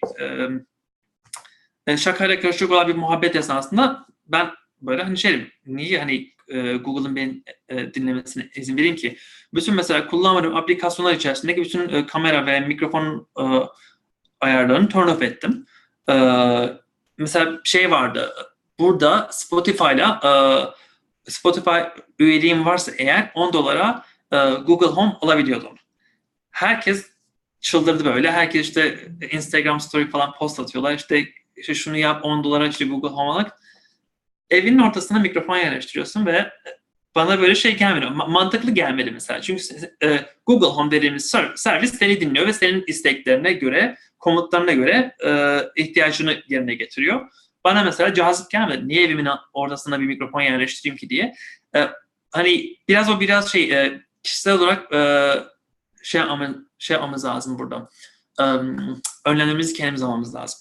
Speaker 2: e, şakayla karışık olan bir muhabbet esnasında ben böyle hani şeyim, niye hani e, Google'ın beni e, dinlemesine izin vereyim ki? Bütün mesela kullanmadığım aplikasyonlar içerisindeki bütün e, kamera ve mikrofon e, ayarlarını turn off ettim. E, mesela şey vardı, burada Spotify'la e, Spotify üyeliğim varsa eğer on dolara e, Google Home alabiliyordum. Herkes çıldırdı böyle. Herkes işte Instagram story falan post atıyorlar. İşte, işte şunu yap on dolara işte Google Home al. Evinin ortasına mikrofon yerleştiriyorsun ve bana böyle şey gelmedi. Mantıklı gelmedi mesela. Çünkü e, Google Home dediğimiz servis seni dinliyor ve senin isteklerine göre, komutlarına göre e, ihtiyacını yerine getiriyor. Bana mesela cazip gelmedi. Niye evimin ortasına bir mikrofon yerleştireyim ki diye. E, hani biraz o biraz şey e, kişisel olarak e, şey ama şey yapmamız lazım burada. Um, önlememizi kendimiz almamız lazım.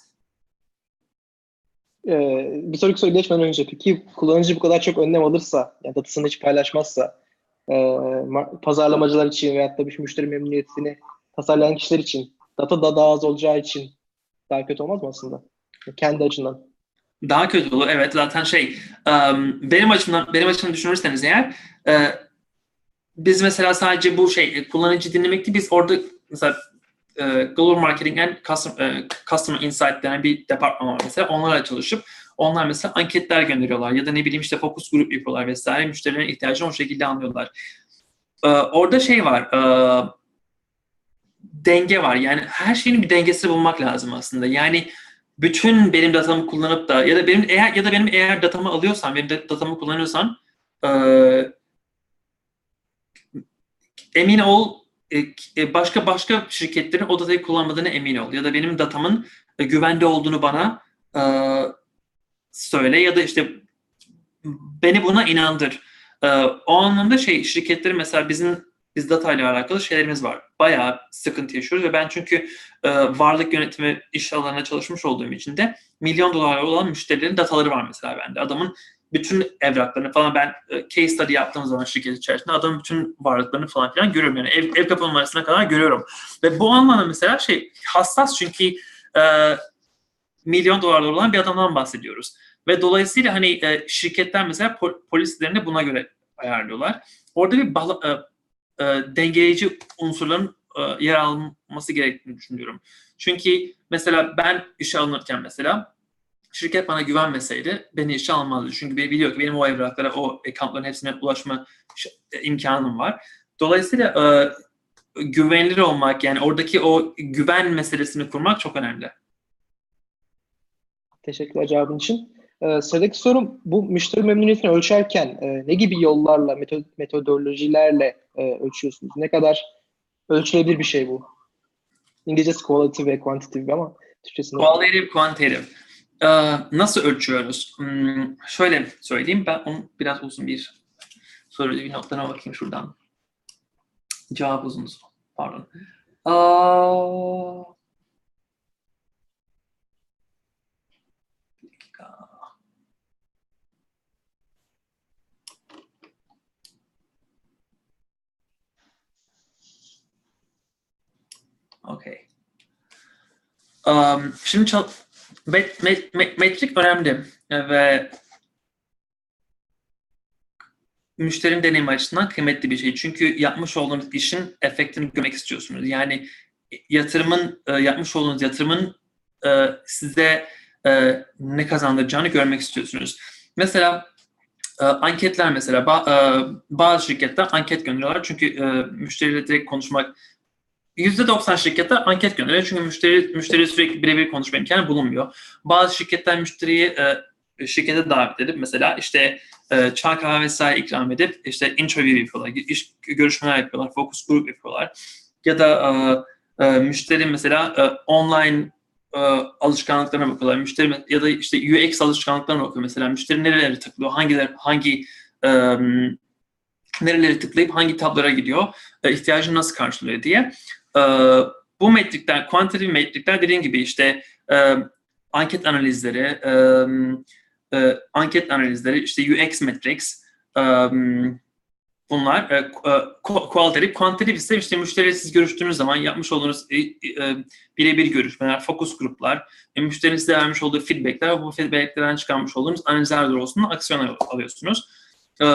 Speaker 1: Ee, bir sonraki soru geçmeden önce peki kullanıcı bu kadar çok önlem alırsa, yani datasını hiç paylaşmazsa e, pazarlamacılar için veyahut da bir müşteri memnuniyetini tasarlayan kişiler için data da daha az olacağı için daha kötü olmaz mı aslında? Kendi açından.
Speaker 2: Daha kötü olur. Evet zaten şey um, benim açımdan benim açımdan düşünürseniz eğer e, biz mesela sadece bu şey kullanıcı dinlemek değil, biz orada mesela e, Global Marketing and Customer, e, Customer Insight denen bir departman var mesela. Onlarla çalışıp onlar mesela anketler gönderiyorlar ya da ne bileyim işte focus grup yapıyorlar vesaire. Müşterilerin ihtiyacını o şekilde anlıyorlar. E, orada şey var e, denge var. Yani her şeyin bir dengesini bulmak lazım aslında. Yani bütün benim datamı kullanıp da ya da benim eğer ya da benim eğer datamı alıyorsan, benim datamı kullanıyorsan e, emin ol başka başka şirketlerin o datayı kullanmadığına emin ol. Ya da benim datamın güvende olduğunu bana e, söyle ya da işte beni buna inandır. E, o anlamda şey şirketlerin mesela bizim biz data ile alakalı şeylerimiz var. Bayağı sıkıntı yaşıyoruz ve ben çünkü e, varlık yönetimi iş alanına çalışmış olduğum için de milyon dolar olan müşterilerin dataları var mesela bende. Adamın bütün evraklarını falan ben e, case study yaptığım zaman şirket içerisinde adamın bütün varlıklarını falan filan görüyorum. Yani ev, ev kapı numarasına kadar görüyorum. Ve bu anlamda mesela şey hassas çünkü e, milyon dolarlar olan bir adamdan bahsediyoruz. Ve dolayısıyla hani e, şirketler mesela pol- polislerini buna göre ayarlıyorlar. Orada bir bala, e, e, dengeleyici unsurların e, yer alması gerektiğini düşünüyorum. Çünkü mesela ben işe alınırken mesela şirket bana güvenmeseydi beni işe almazdı. Çünkü biliyor ki benim o evraklara, o accountların hepsine ulaşma imkanım var. Dolayısıyla e, güvenilir olmak, yani oradaki o güven meselesini kurmak çok önemli.
Speaker 1: Teşekkürler cevabın için. Ee, sıradaki sorum, bu müşteri memnuniyetini ölçerken e, ne gibi yollarla, metod- metodolojilerle e, ölçüyorsunuz? Ne kadar ölçülebilir bir şey bu? İngilizcesi quality ve quantitative ama Türkçesinde.
Speaker 2: Qualitative, quantitative. Ee, nasıl ölçüyoruz? Hmm, şöyle söyleyeyim, ben onu biraz uzun bir soru bir notlarına bakayım şuradan. Cevap uzun, pardon. Aa, bir dakika. Okay. Um, şimdi çal- met, met, met, metrik önemli ve müşterinin deneyimi açısından kıymetli bir şey. Çünkü yapmış olduğunuz işin efektini görmek istiyorsunuz. Yani yatırımın yapmış olduğunuz yatırımın size ne kazandıracağını görmek istiyorsunuz. Mesela e, anketler mesela ba- e, bazı şirketler anket gönderiyorlar çünkü e, müşteriyle direkt konuşmak yüzde doksan şirketler anket gönderiyor çünkü müşteri müşteri sürekli birebir konuşma imkanı bulunmuyor. Bazı şirketler müşteriyi e, şirkete davet edip mesela işte e, çay kahve vesaire ikram edip işte interview yapıyorlar, iş görüşmeler yapıyorlar, focus group yapıyorlar. Ya da e, e, müşteri mesela e, online e, alışkanlıklarına bakıyorlar. Müşteri ya da işte U X alışkanlıklarına bakıyor mesela. Müşteri nereleri tıklıyor, hangileri hangi e, nereleri tıklayıp hangi tablara gidiyor, e, ihtiyacını nasıl karşılıyor diye. E, bu metrikler, kuantitatif metrikler dediğim gibi işte e, anket analizleri, e, e, anket analizleri, işte U X metrics, e, bunlar e, kualitatif, kuantitatif ise işte müşteriyle siz görüştüğünüz zaman yapmış olduğunuz e, e, birebir görüşmeler, focus gruplar, e, müşterinin size vermiş olduğu feedbackler, bu feedbacklerden çıkarmış olduğunuz analizler doğrultusunda aksiyon alıyorsunuz. E,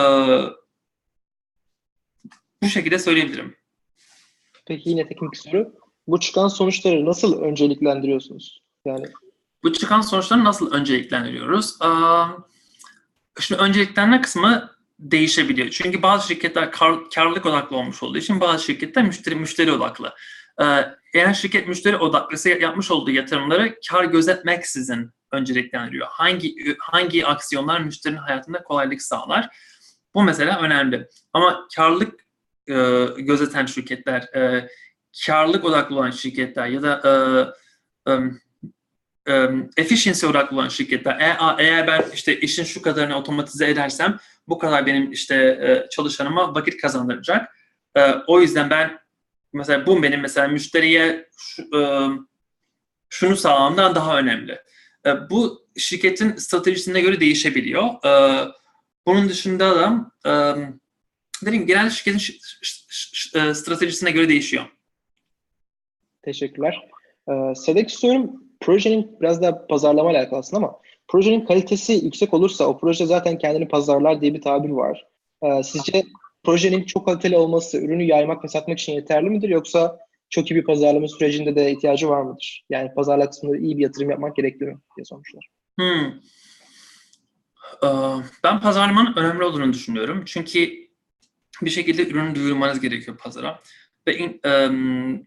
Speaker 2: bu şekilde söyleyebilirim.
Speaker 1: Peki yine teknik bir soru. Bu çıkan sonuçları nasıl önceliklendiriyorsunuz? Yani
Speaker 2: Bu çıkan sonuçları nasıl önceliklendiriyoruz? Şimdi önceliklenme kısmı değişebiliyor. Çünkü bazı şirketler kar, karlılık odaklı olmuş olduğu için bazı şirketler müşteri müşteri odaklı. Eğer şirket müşteri odaklısı yapmış olduğu yatırımları kar gözetmeksizin önceliklendiriyor. Hangi hangi aksiyonlar müşterinin hayatında kolaylık sağlar? Bu mesela önemli. Ama karlılık e, gözeten şirketler, e, karlılık odaklı olan şirketler ya da e, e, Um, efficiency odaklı olan şirketler eğer, eğer ben işte işin şu kadarını otomatize edersem bu kadar benim işte e, çalışanıma vakit kazandıracak. E, o yüzden ben mesela bu benim mesela müşteriye şu, e, şunu sağlamamdan daha önemli. E, bu şirketin stratejisine göre değişebiliyor. E, bunun dışında da e, dediğim genelde şirketin ş, ş, ş, stratejisine göre değişiyor.
Speaker 1: Teşekkürler. Ee, sıradaki sorum projenin biraz daha pazarlama alakalı aslında ama projenin kalitesi yüksek olursa o proje zaten kendini pazarlar diye bir tabir var. Ee, sizce projenin çok kaliteli olması ürünü yaymak ve satmak için yeterli midir yoksa çok iyi bir pazarlama sürecinde de ihtiyacı var mıdır? Yani pazarlama kısmında iyi bir yatırım yapmak gerekli mi diye sormuşlar.
Speaker 2: Hmm. Ee, ben pazarlamanın önemli olduğunu düşünüyorum. Çünkü bir şekilde ürünü duyurmanız gerekiyor pazara. Ve in, um,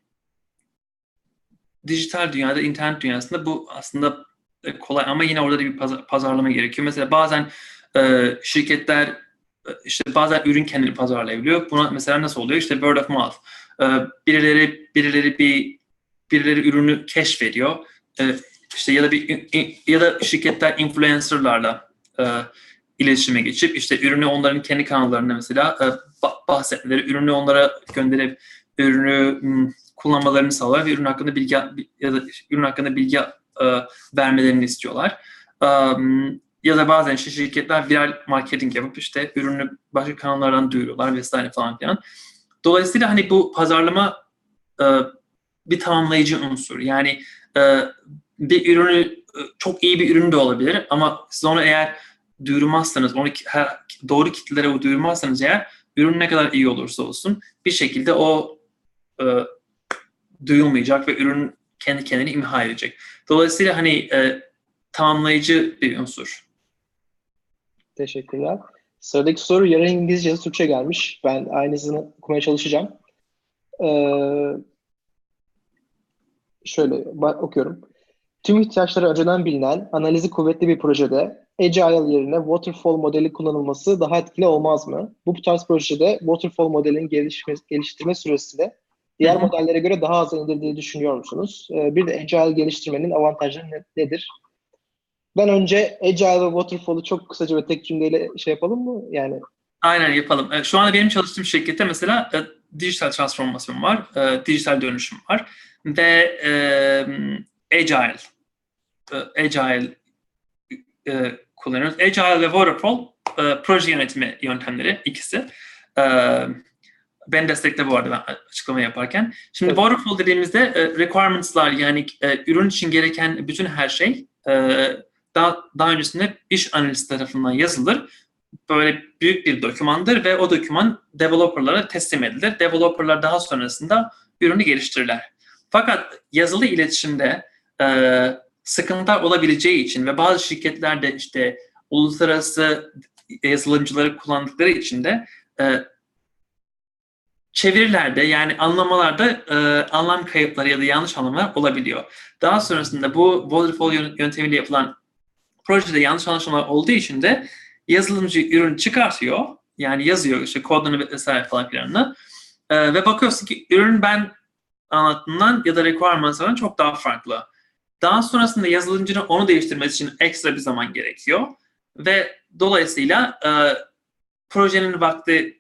Speaker 2: dijital dünyada, internet dünyasında bu aslında kolay ama yine orada da bir pazar, pazarlama gerekiyor. Mesela bazen e, şirketler işte bazen ürün kendini pazarlayabiliyor. Buna mesela nasıl oluyor? İşte word of mouth. E, birileri birileri bir birileri ürünü keşfediyor. E, işte ya da bir ya da şirketler influencerlarla e, iletişime geçip işte ürünü onların kendi kanallarında mesela e, bahsetmeleri, ürünü onlara gönderip ürünü m, kullanmalarını sağlar ve ürün hakkında bilgi ya da ürün hakkında bilgi e, vermelerini istiyorlar. Um, ya da bazen işte şirketler viral marketing yapıp işte ürünü başka kanallardan duyuruyorlar vesaire falan filan. Dolayısıyla hani bu pazarlama e, bir tamamlayıcı unsur. Yani e, bir ürünü çok iyi bir ürün de olabilir ama siz onu eğer duyurmazsanız, onu doğru kitlelere duyurmazsanız eğer ürün ne kadar iyi olursa olsun bir şekilde o e, duyulmayacak ve ürün kendi kendini imha edecek. Dolayısıyla hani e, tamamlayıcı bir unsur.
Speaker 1: Teşekkürler. Sıradaki soru yarı İngilizce yarı Türkçe gelmiş. Ben aynısını okumaya çalışacağım. Ee, şöyle okuyorum. Tüm ihtiyaçları önceden bilinen, analizi kuvvetli bir projede Agile yerine Waterfall modeli kullanılması daha etkili olmaz mı? Bu tarz projede Waterfall modelinin gelişme, geliştirme süresinde diğer
Speaker 2: Hı hı.
Speaker 1: modellere göre daha az indirdiğini düşünüyor musunuz? Ee, bir de Agile geliştirmenin avantajları ne, nedir? Ben önce Agile ve Waterfall'u çok kısaca ve tek cümleyle şey yapalım mı? Yani
Speaker 2: Aynen yapalım. Şu anda benim çalıştığım şirkette mesela e, dijital transformasyon var, e, dijital dönüşüm var ve e, Agile, e, Agile e, kullanıyoruz. Agile ve Waterfall e, proje yönetimi yöntemleri ikisi. E, ben destekle bu arada ben açıklama yaparken. Şimdi
Speaker 1: evet.
Speaker 2: Waterfall dediğimizde e, requirements'lar yani e, ürün için gereken bütün her şey e, daha, daha öncesinde iş analisti tarafından yazılır. Böyle büyük bir dokümandır ve o doküman developerlara teslim edilir. Developerlar daha sonrasında ürünü geliştirirler. Fakat yazılı iletişimde e, sıkıntılar olabileceği için ve bazı şirketlerde işte uluslararası yazılımcıları kullandıkları için de e, çevirilerde yani anlamalarda e, anlam kayıpları ya da yanlış anlamalar olabiliyor. Daha sonrasında bu waterfall yöntemiyle yapılan projede yanlış anlaşılmalar olduğu için de yazılımcı ürün çıkartıyor. Yani yazıyor işte kodunu vesaire falan filanını. E, ve bakıyorsun ki ürün ben anlattığımdan ya da requirements'dan çok daha farklı. Daha sonrasında yazılımcının onu değiştirmesi için ekstra bir zaman gerekiyor. Ve dolayısıyla e, projenin vakti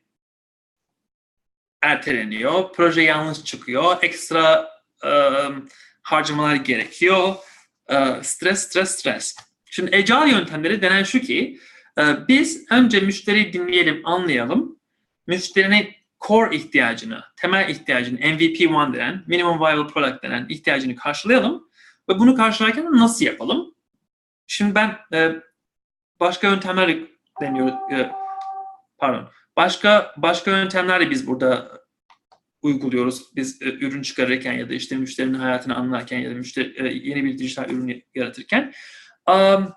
Speaker 2: erteleniyor, proje yanlış çıkıyor, ekstra e, harcamalar gerekiyor, e, stres, stres, stres. Şimdi Agile yöntemleri denen şu ki, e, biz önce müşteriyi dinleyelim, anlayalım, müşterinin core ihtiyacını, temel ihtiyacını, M V P bir denen, Minimum Viable Product denen ihtiyacını karşılayalım ve bunu karşılarken nasıl yapalım? Şimdi ben e, başka yöntemler deniyor, e, pardon, başka başka yöntemlerle biz burada uyguluyoruz. Biz e, ürün çıkarırken ya da işte müşterinin hayatını anlarken ya da müşteri e, yeni bir dijital ürün yaratırken um,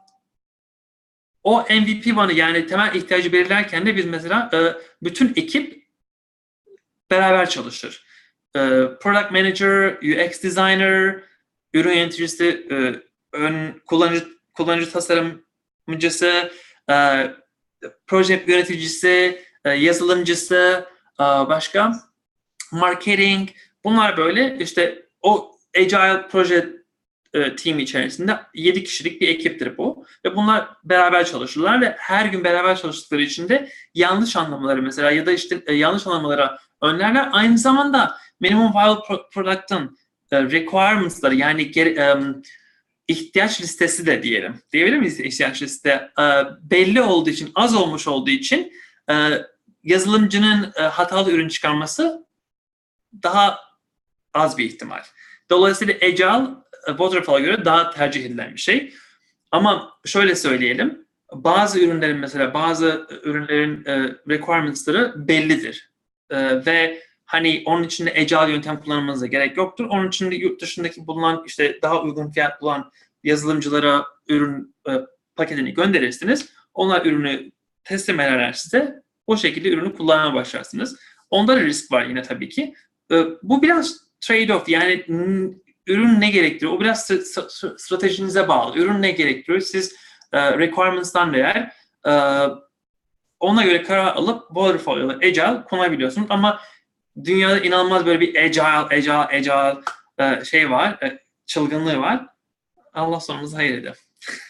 Speaker 2: o M V P one'ı yani temel ihtiyacı belirlerken de biz mesela e, bütün ekip beraber çalışır. E, Product Manager, U X Designer, ürün yöneticisi, e, ön kullanıcı kullanıcı tasarımcısı, e, proje yöneticisi, e, yazılımcısı, e, başka marketing, bunlar böyle işte o Agile proje e, team içerisinde yedi kişilik bir ekiptir bu. Ve bunlar beraber çalışırlar ve her gün beraber çalıştıkları için de yanlış anlamaları mesela ya da işte e, yanlış anlamalara önlerler. Aynı zamanda Minimum Viable Product'ın e, requirements'ları yani geri, um, ihtiyaç listesi de diyelim. Diyebilir miyiz ihtiyaç liste? E, belli olduğu için, az olmuş olduğu için e, yazılımcının e, hatalı ürün çıkarması daha az bir ihtimal. Dolayısıyla Agile, Waterfall'a göre daha tercih edilen bir şey. Ama şöyle söyleyelim, bazı ürünlerin mesela bazı ürünlerin e, requirements'ları bellidir. E, ve hani onun için de Agile yöntem kullanmanıza gerek yoktur. Onun için de yurt dışındaki bulunan işte daha uygun fiyat bulan yazılımcılara ürün e, paketini gönderirsiniz. Onlar ürünü teslim ederler size. O şekilde ürünü kullanmaya başlarsınız. Onda da risk var yine tabii ki. E, bu biraz trade-off yani ürün ne gerektiriyor? O biraz stratejinize bağlı. Ürün ne gerektiriyor? Siz e, requirements'tan değer e, ona göre karar alıp Waterfall ya da Agile kullanabiliyorsunuz. Ama dünyada inanılmaz böyle bir Agile, Agile, Agile e, şey var, e, çılgınlığı var. Allah sonumuzu hayır eder.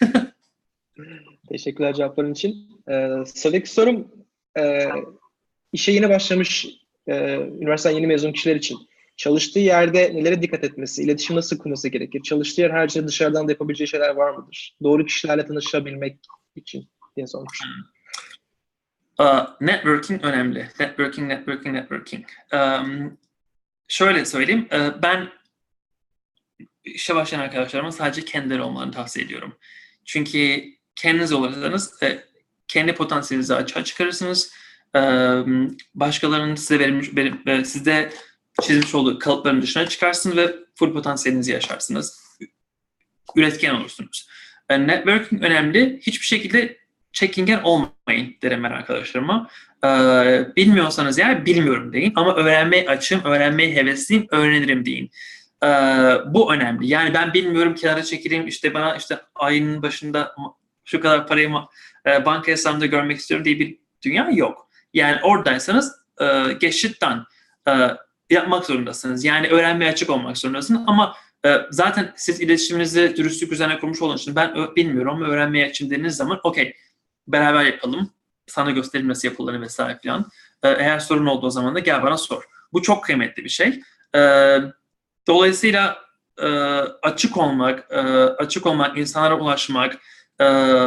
Speaker 1: Teşekkürler cevapların için. Ee, sıradaki sorum e, işe yeni başlamış e, üniversiteden yeni mezun kişiler için çalıştığı yerde nelere dikkat etmesi, iletişim nasıl kurması gerekir? Çalıştığı yer her şey dışarıdan da yapabileceği şeyler var mıdır? Doğru kişilerle tanışabilmek için diye sormuş.
Speaker 2: Uh, networking önemli. Networking, networking, networking. Um, şöyle söyleyeyim, uh, ben işe başlayan arkadaşlarıma sadece kendileri olmalarını tavsiye ediyorum. Çünkü kendiniz olursanız e, kendi potansiyelinizi açığa çıkarırsınız. E, başkalarının size verilmiş, verim, sizde çizmiş olduğu kalıpların dışına çıkarsınız ve full potansiyelinizi yaşarsınız. Üretken olursunuz. E, networking önemli. Hiçbir şekilde çekingen olmayın derim ben arkadaşlarıma. E, bilmiyorsanız eğer bilmiyorum deyin ama öğrenmeye açım, öğrenmeye hevesliyim, öğrenirim deyin. Ee, bu önemli. Yani ben bilmiyorum kenara çekileyim işte bana işte ayın başında şu kadar parayı e, banka hesabımda görmek istiyorum diye bir dünya yok. Yani oradaysanız e, geçitten e, yapmak zorundasınız. Yani öğrenmeye açık olmak zorundasınız ama e, zaten siz iletişiminizi dürüstlük üzerine kurmuş olduğunuz için ben ö- bilmiyorum ama öğrenmeye açığım dediğiniz zaman okey beraber yapalım. Sana göstereyim nasıl yapıldığını vesaire falan. E, eğer sorun olduğu zaman da gel bana sor. Bu çok kıymetli bir şey. E, Dolayısıyla e, açık olmak, e, açık olmak, insanlara ulaşmak e,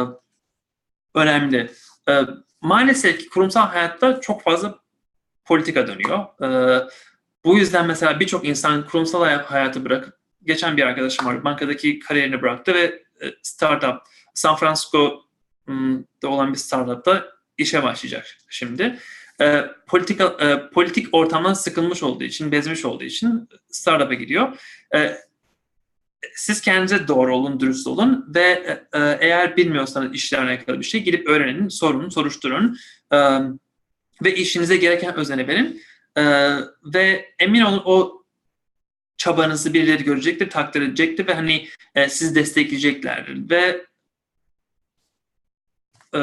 Speaker 2: önemli. E, maalesef ki kurumsal hayatta çok fazla politika dönüyor. E, bu yüzden mesela birçok insan kurumsal hayatı bırakıp, geçen bir arkadaşım var, bankadaki kariyerini bıraktı ve e, startup, San Francisco'da olan bir startupta işe başlayacak şimdi. E, politika, e, politik ortamdan sıkılmış olduğu için, bezmiş olduğu için startup'a gidiyor. E, siz kendinize doğru olun, dürüst olun ve e, eğer bilmiyorsanız işlerle alakalı bir şey gidip öğrenin, sorun, soruşturun e, ve işinize gereken özeni verin e, ve emin olun o çabanızı birileri görecektir, takdir edecektir ve hani e, sizi destekleyeceklerdir ve e,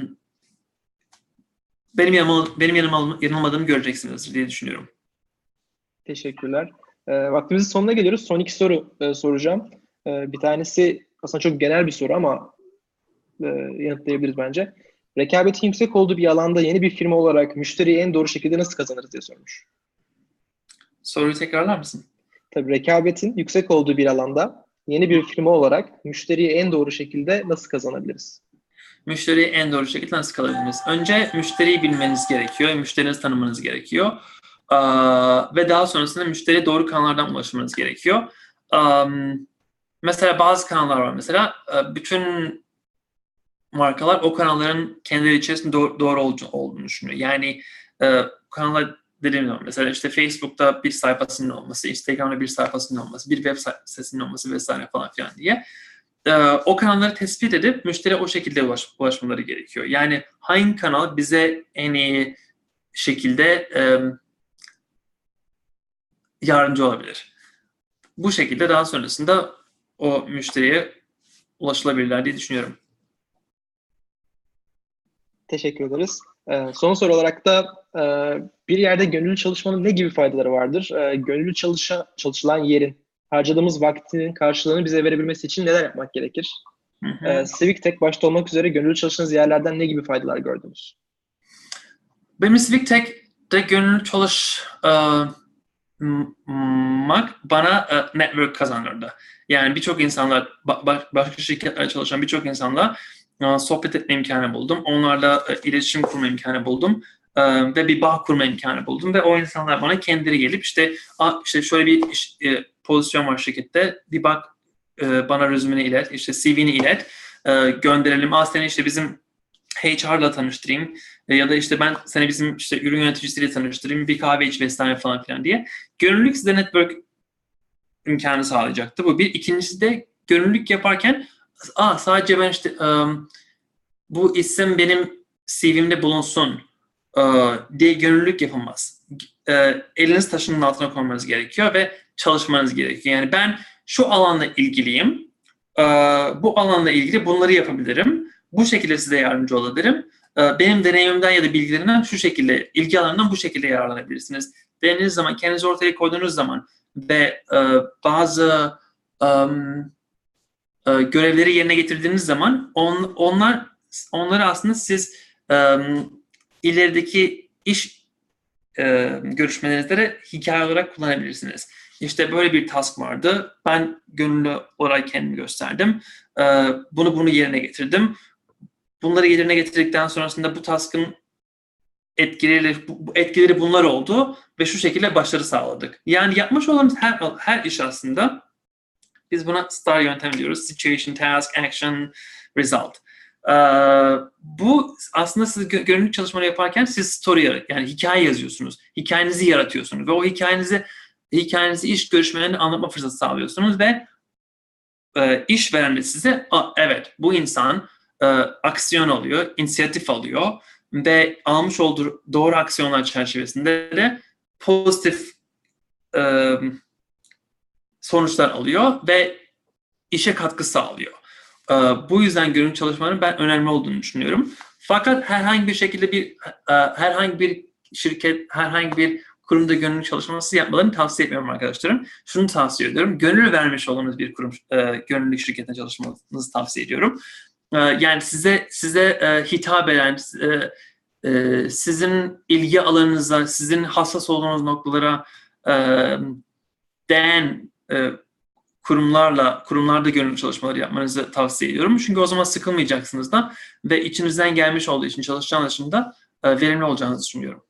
Speaker 2: benim yanılma, benim yanılma, yanılmadığımı göreceksiniz diye düşünüyorum.
Speaker 1: Teşekkürler. E, vaktimizin sonuna geliyoruz. Son iki soru e, soracağım. E, bir tanesi aslında çok genel bir soru ama e, yanıtlayabiliriz bence. Rekabetin yüksek olduğu bir alanda yeni bir firma olarak müşteriyi en doğru şekilde nasıl kazanırız diye sormuş.
Speaker 2: Soruyu tekrarlar mısın?
Speaker 1: Tabii rekabetin yüksek olduğu bir alanda yeni bir firma olarak müşteriyi en doğru şekilde nasıl kazanabiliriz?
Speaker 2: Müşteriyi en doğru şekilde nasıl kalabiliriz? Önce müşteriyi bilmeniz gerekiyor, müşterinizi tanımanız gerekiyor. Ee, ve daha sonrasında müşteriye doğru kanallardan ulaşmanız gerekiyor. Um, mesela bazı kanallar var mesela, bütün markalar o kanalların kendileri içerisinde doğru, doğru olduğunu düşünüyor. Yani e, kanallar dediğim zaman mesela işte Facebook'ta bir sayfasının olması, Instagram'da bir sayfasının olması, bir web sitesinin olması vesaire falan filan diye e, o kanalları tespit edip müşteriye o şekilde ulaş, ulaşmaları gerekiyor. Yani hangi kanal bize en iyi şekilde e, yardımcı olabilir? Bu şekilde daha sonrasında o müşteriye ulaşılabilirler diye düşünüyorum.
Speaker 1: Teşekkür ederiz. Ee, son soru olarak da e, bir yerde gönüllü çalışmanın ne gibi faydaları vardır? E, gönüllü çalışa, çalışılan yerin harcadığımız vaktinin karşılığını bize verebilmesi için neler yapmak gerekir?
Speaker 2: Hı hı.
Speaker 1: E, Civic Tech başta olmak üzere gönüllü çalıştığınız yerlerden ne gibi faydalar gördünüz?
Speaker 2: Benim Civic Tech'te gönüllü çalışmak bana e, network kazandırdı. Yani birçok insanlar, ba- başka şirketlerde çalışan birçok insanla e, sohbet etme imkanı buldum. Onlarla e, iletişim kurma imkanı buldum. E, ve bir bağ kurma imkanı buldum. Ve o insanlar bana kendileri gelip işte, işte şöyle bir iş, e, pozisyon var şirkette, bir bak e, bana rezümeni ilet, işte C V'ni ilet, e, gönderelim. Aa, seni işte bizim H R'la tanıştırayım ya da işte ben seni bizim işte ürün yöneticisiyle tanıştırayım, bir kahve iç vesaire falan filan diye. Gönüllülük size network imkanı sağlayacaktı. Bu bir. İkincisi de gönüllülük yaparken aa, sadece ben işte um, bu isim benim C V'mde bulunsun uh, diye gönüllülük yapılmaz. Uh, eliniz taşının altına koymanız gerekiyor ve çalışmanız gerekiyor. Yani ben şu alanla ilgiliyim. Uh, bu alanla ilgili bunları yapabilirim. Bu şekilde size yardımcı olabilirim. Benim deneyimimden ya da bilgilerimden şu şekilde, ilgi alanından bu şekilde yararlanabilirsiniz. Denediğiniz zaman, kendinizi ortaya koyduğunuz zaman ve e, bazı um, e, görevleri yerine getirdiğiniz zaman on, onlar onları aslında siz um, ilerideki iş e, görüşmelerinizde hikaye olarak kullanabilirsiniz. İşte böyle bir task vardı. Ben gönüllü olarak kendimi gösterdim. E, bunu bunu yerine getirdim. Bunları yerine getirdikten sonrasında bu task'ın etkileri, bu etkileri bunlar oldu ve şu şekilde başarı sağladık. Yani yapmış olduğumuz her, her iş aslında, biz buna STAR yöntemi diyoruz. Situation, Task, Action, Result. Ee, bu aslında siz gö- gönüllü çalışmaları yaparken siz story, yani hikaye yazıyorsunuz. Hikayenizi yaratıyorsunuz ve o hikayenizi hikayenizi iş görüşmelerinde anlatma fırsatı sağlıyorsunuz ve e, işveren de size evet bu insan e, aksiyon alıyor, inisiyatif alıyor ve almış olduğu doğru aksiyonlar çerçevesinde de pozitif e, sonuçlar alıyor ve işe katkı sağlıyor. E, bu yüzden gönüllü çalışmaların ben önemli olduğunu düşünüyorum. Fakat herhangi bir şekilde bir e, herhangi bir şirket, herhangi bir kurumda gönüllü çalışması yapmalarını tavsiye etmiyorum arkadaşlarım. Şunu tavsiye ediyorum. Gönül vermiş olduğunuz bir kurum, e, gönüllülük şirketine çalışmanızı tavsiye ediyorum. E, yani size size e, hitap eden, e, e, sizin ilgi alanınıza, sizin hassas olduğunuz noktalara e, değen e, kurumlarla, kurumlarda gönüllü çalışmaları yapmanızı tavsiye ediyorum. Çünkü o zaman sıkılmayacaksınız da ve içinizden gelmiş olduğu için çalışacağınız için de e, verimli olacağınızı düşünüyorum.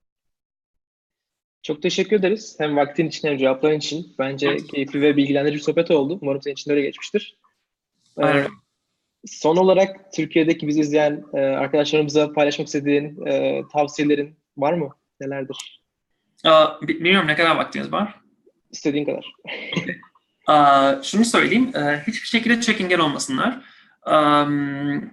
Speaker 1: Çok teşekkür ederiz. Hem vaktin için hem cevapların için. Bence keyifli ve bilgilendirici bir sohbet oldu. Umarım senin için de öyle geçmiştir. Ee, son olarak Türkiye'deki bizi izleyen e, arkadaşlarımıza paylaşmak istediğin e, tavsiyelerin var mı? Nelerdir?
Speaker 2: Aa, bilmiyorum ne kadar vaktiniz var?
Speaker 1: İstediğin kadar.
Speaker 2: Okay. Aa, şunu söyleyeyim, e, hiçbir şekilde çekingen olmasınlar. Um,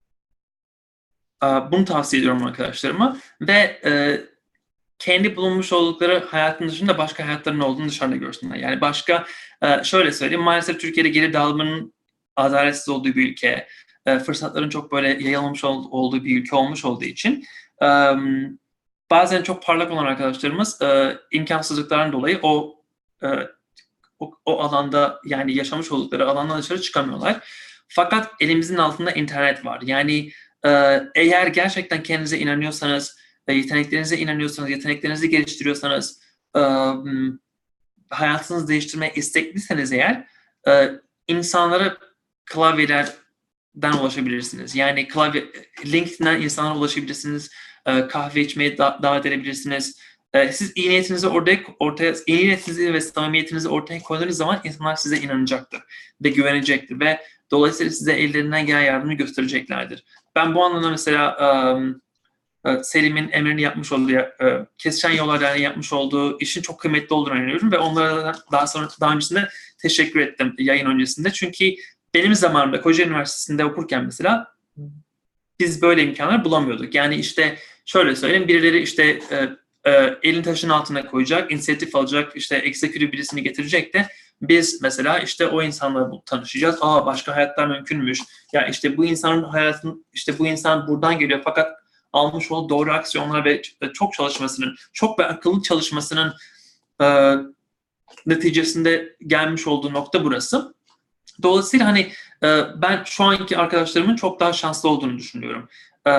Speaker 2: a, bunu tavsiye ediyorum arkadaşlarıma ve e, kendi bulunmuş oldukları hayatın dışında başka hayatların olduğunu dışarıda görsünler. Yani başka, e, şöyle söyleyeyim, maalesef Türkiye'de geri dağılımının adaletsiz olduğu bir ülke, e, fırsatların çok böyle yayılmamış ol, olduğu bir ülke olmuş olduğu için e, bazen çok parlak olan arkadaşlarımız e, imkansızlıkların dolayı o, e, o o alanda, yani yaşamış oldukları alandan dışarı çıkamıyorlar. Fakat elimizin altında internet var. Yani e, eğer gerçekten kendinize inanıyorsanız, yeteneklerinize inanıyorsanız, yeteneklerinizi geliştiriyorsanız, e, hayatınızı değiştirmeye istekliyseniz eğer, e, insanlara klavyelerden ulaşabilirsiniz. Yani klavye, LinkedIn'den insanlara ulaşabilirsiniz, e, kahve içmeye da- davet edebilirsiniz. E, siz iyi niyetinizi ortaya, ortaya, iyi niyetinizi ve samimiyetinizi ortaya koyduğunuz zaman insanlar size inanacaktır ve güvenecektir ve dolayısıyla size ellerinden gelen yardımı göstereceklerdir. Ben bu anlamda mesela um, Selim'in, Emre'nin yapmış olduğu, e, Kesişen Yollar Derneği yapmış olduğu işin çok kıymetli olduğunu inanıyorum ve onlara daha sonra daha öncesinde teşekkür ettim yayın öncesinde. Çünkü benim zamanımda Kocaeli Üniversitesi'nde okurken mesela biz böyle imkanlar bulamıyorduk. Yani işte şöyle söyleyeyim, birileri işte e, e, elin taşın altına koyacak, inisiyatif alacak, işte executive birisini getirecek de biz mesela işte o insanla tanışacağız. Aa, başka hayatlar mümkünmüş. Ya işte bu insanın hayatın, işte bu insan buradan geliyor fakat almış olduğu doğru aksiyonlar ve çok çalışmasının, çok ve akıllı çalışmasının e, neticesinde gelmiş olduğu nokta burası. Dolayısıyla hani e, ben şu anki arkadaşlarımın çok daha şanslı olduğunu düşünüyorum. E,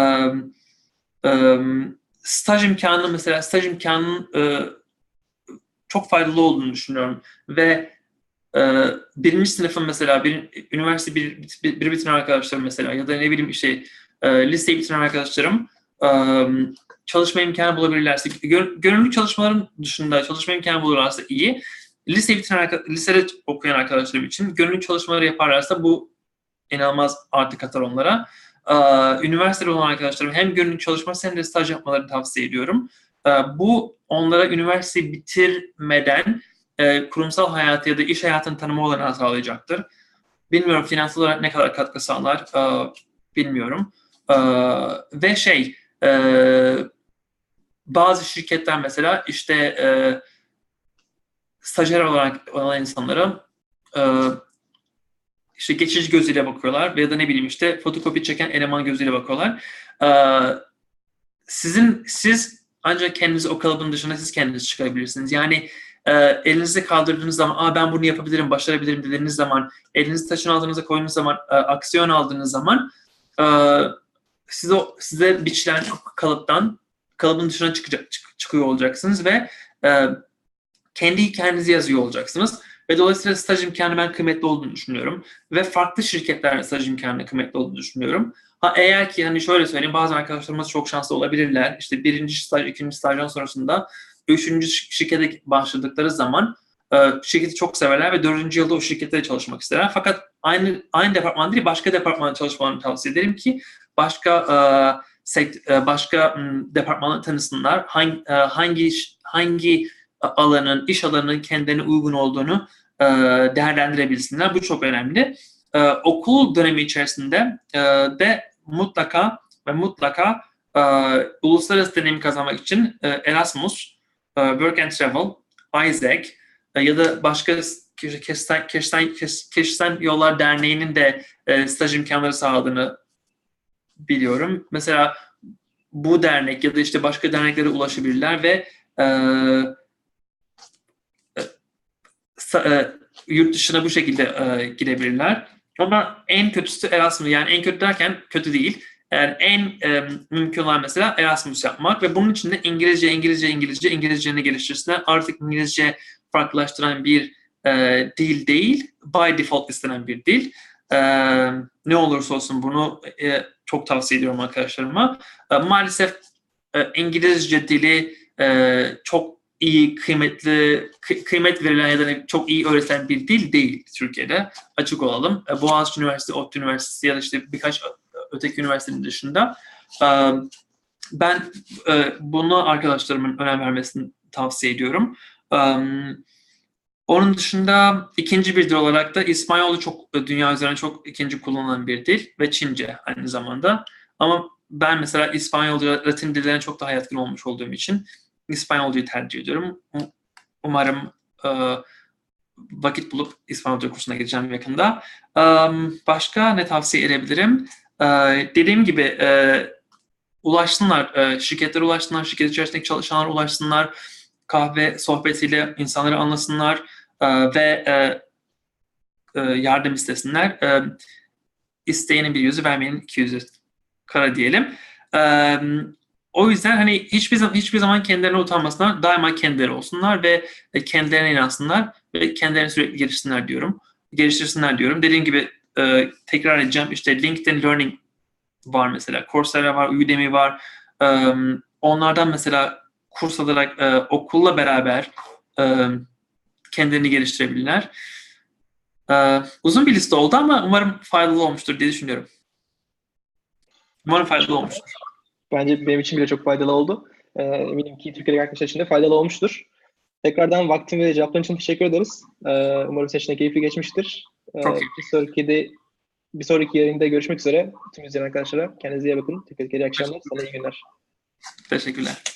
Speaker 2: e, staj imkanı, mesela staj imkanının e, çok faydalı olduğunu düşünüyorum ve e, birinci sınıfın mesela bir, üniversite bir, bir, bir bitiren arkadaşlarım mesela ya da ne bileyim işte e, liseyi bitiren arkadaşlarım e, çalışma imkanı bulabilirlerse, gör, gönüllü çalışmaların dışında çalışma imkanı bulurlarsa iyi. Lise bitiren, lisede okuyan arkadaşlarım için gönüllü çalışmaları yaparlarsa bu inanılmaz artı katar onlara. Ee, üniversitede olan arkadaşlarım hem gönüllü çalışması hem de staj yapmalarını tavsiye ediyorum. Ee, bu onlara üniversiteyi bitirmeden e, kurumsal hayatı ya da iş hayatını tanıma olanağı sağlayacaktır. Bilmiyorum finansal olarak ne kadar katkı sağlar, e, bilmiyorum. E, ve şey, e, bazı şirketler mesela işte e, stajyer olarak olan insanlara e, işte geçici gözüyle bakıyorlar ya da ne bileyim işte fotokopi çeken eleman gözüyle bakıyorlar. E, sizin siz ancak kendiniz o kalıbın dışına siz kendiniz çıkarabilirsiniz. Yani e, elinizi kaldırdığınız zaman, aa ben bunu yapabilirim, başarabilirim dediğiniz zaman, elinizi taşın altınıza koyduğunuz zaman, e, aksiyon aldığınız zaman e, size size biçilen kalıptan, kalıbın dışına çıkacak, çık, çıkıyor olacaksınız ve e, kendi hikayenizi yazıyor olacaksınız. Ve dolayısıyla staj imkanı ben kıymetli olduğunu düşünüyorum. Ve farklı şirketlerde staj imkanı kıymetli olduğunu düşünüyorum. Ha eğer ki hani şöyle söyleyeyim, bazı arkadaşlarımız çok şanslı olabilirler. İşte birinci staj, ikinci stajdan sonrasında üçüncü şirkete başladıkları zaman e, şirketi çok severler ve dördüncü yılda o şirkette çalışmak isterler. Fakat aynı aynı departman değil, başka departmanda çalışmalarını tavsiye ederim ki başka e, sekt, e, başka m, departmanı tanısınlar. Hangi hangi hangi alanın, iş alanının kendilerine uygun olduğunu e, değerlendirebilsinler. Bu çok önemli. E, okul dönemi içerisinde e, de mutlaka ve mutlaka e, uluslararası deneyim kazanmak için e, Erasmus, e, Work and Travel, Isaac e, ya da başka Kesişen, Kesişen, Kesişen Yollar Derneği'nin de e, staj imkanları sağladığını biliyorum. Mesela bu dernek ya da işte başka derneklere ulaşabilirler ve e, e, yurt dışına bu şekilde e, girebilirler. Ama en kötüsü Erasmus. Yani en kötü derken kötü değil. Yani en e, mümkün olan mesela Erasmus yapmak ve bunun için de İngilizce, İngilizce, İngilizce, İngilizceni geliştirsinler. Artık İngilizce farklılaştıran bir e, dil değil, by default istenen bir dil. E, ne olursa olsun bunu e, çok tavsiye ediyorum arkadaşlarıma. E, maalesef e, İngilizce dili e, çok iyi, kıymetli, kı- kıymet verilen ya da çok iyi öğretilen bir dil değil Türkiye'de. Açık olalım. Boğaziçi Üniversitesi, ODTÜ Üniversitesi ya da işte birkaç öteki üniversitenin dışında ben bunu arkadaşlarımın önem vermesini tavsiye ediyorum. Onun dışında ikinci bir dil olarak da İspanyolca çok dünya üzerinde çok ikinci kullanılan bir dil ve Çince aynı zamanda. Ama ben mesela İspanyolca, Latin dillerine çok daha yatkın olmuş olduğum için İspanyolcayı tercih ediyorum. Umarım e, vakit bulup İspanyolca kursuna gideceğim yakında. E, başka ne tavsiye edebilirim? E, dediğim gibi e, ulaşsınlar, e, şirketlere ulaşsınlar, şirket içerisindeki çalışanlar ulaşsınlar, kahve sohbetiyle insanları anlasınlar e, ve e, e, yardım istesinler. E, isteyenin bir yüzü, vermeyenin iki yüzü kara diyelim. E, o yüzden hani hiçbir zaman hiçbir zaman kendilerine utanmasınlar, daima kendileri olsunlar ve kendilerine inansınlar ve kendilerini sürekli geliştirsinler diyorum. Geliştirsinler diyorum. Dediğim gibi e, tekrar edeceğim. İşte LinkedIn Learning var mesela, Coursera var, Udemy var. E, onlardan mesela kurs alarak e, okulla beraber e, kendilerini geliştirebilirler. E, uzun bir liste oldu ama umarım faydalı olmuştur diye düşünüyorum. Umarım faydalı olmuştur.
Speaker 1: Bence benim için bile çok faydalı oldu. Ee, eminim ki Türkiye'deki arkadaşlar için de faydalı olmuştur. Tekrardan vaktin ve cevapların için teşekkür ederiz. Ee, umarım seçenek keyifli geçmiştir. Ee,
Speaker 2: Çok iyi.
Speaker 1: bir sonraki de bir sonraki yayında görüşmek üzere. Tüm izleyen arkadaşlara kendinize iyi bakın. Teşekkür ederim. İyi akşamlar. Sana iyi günler.
Speaker 2: Teşekkürler.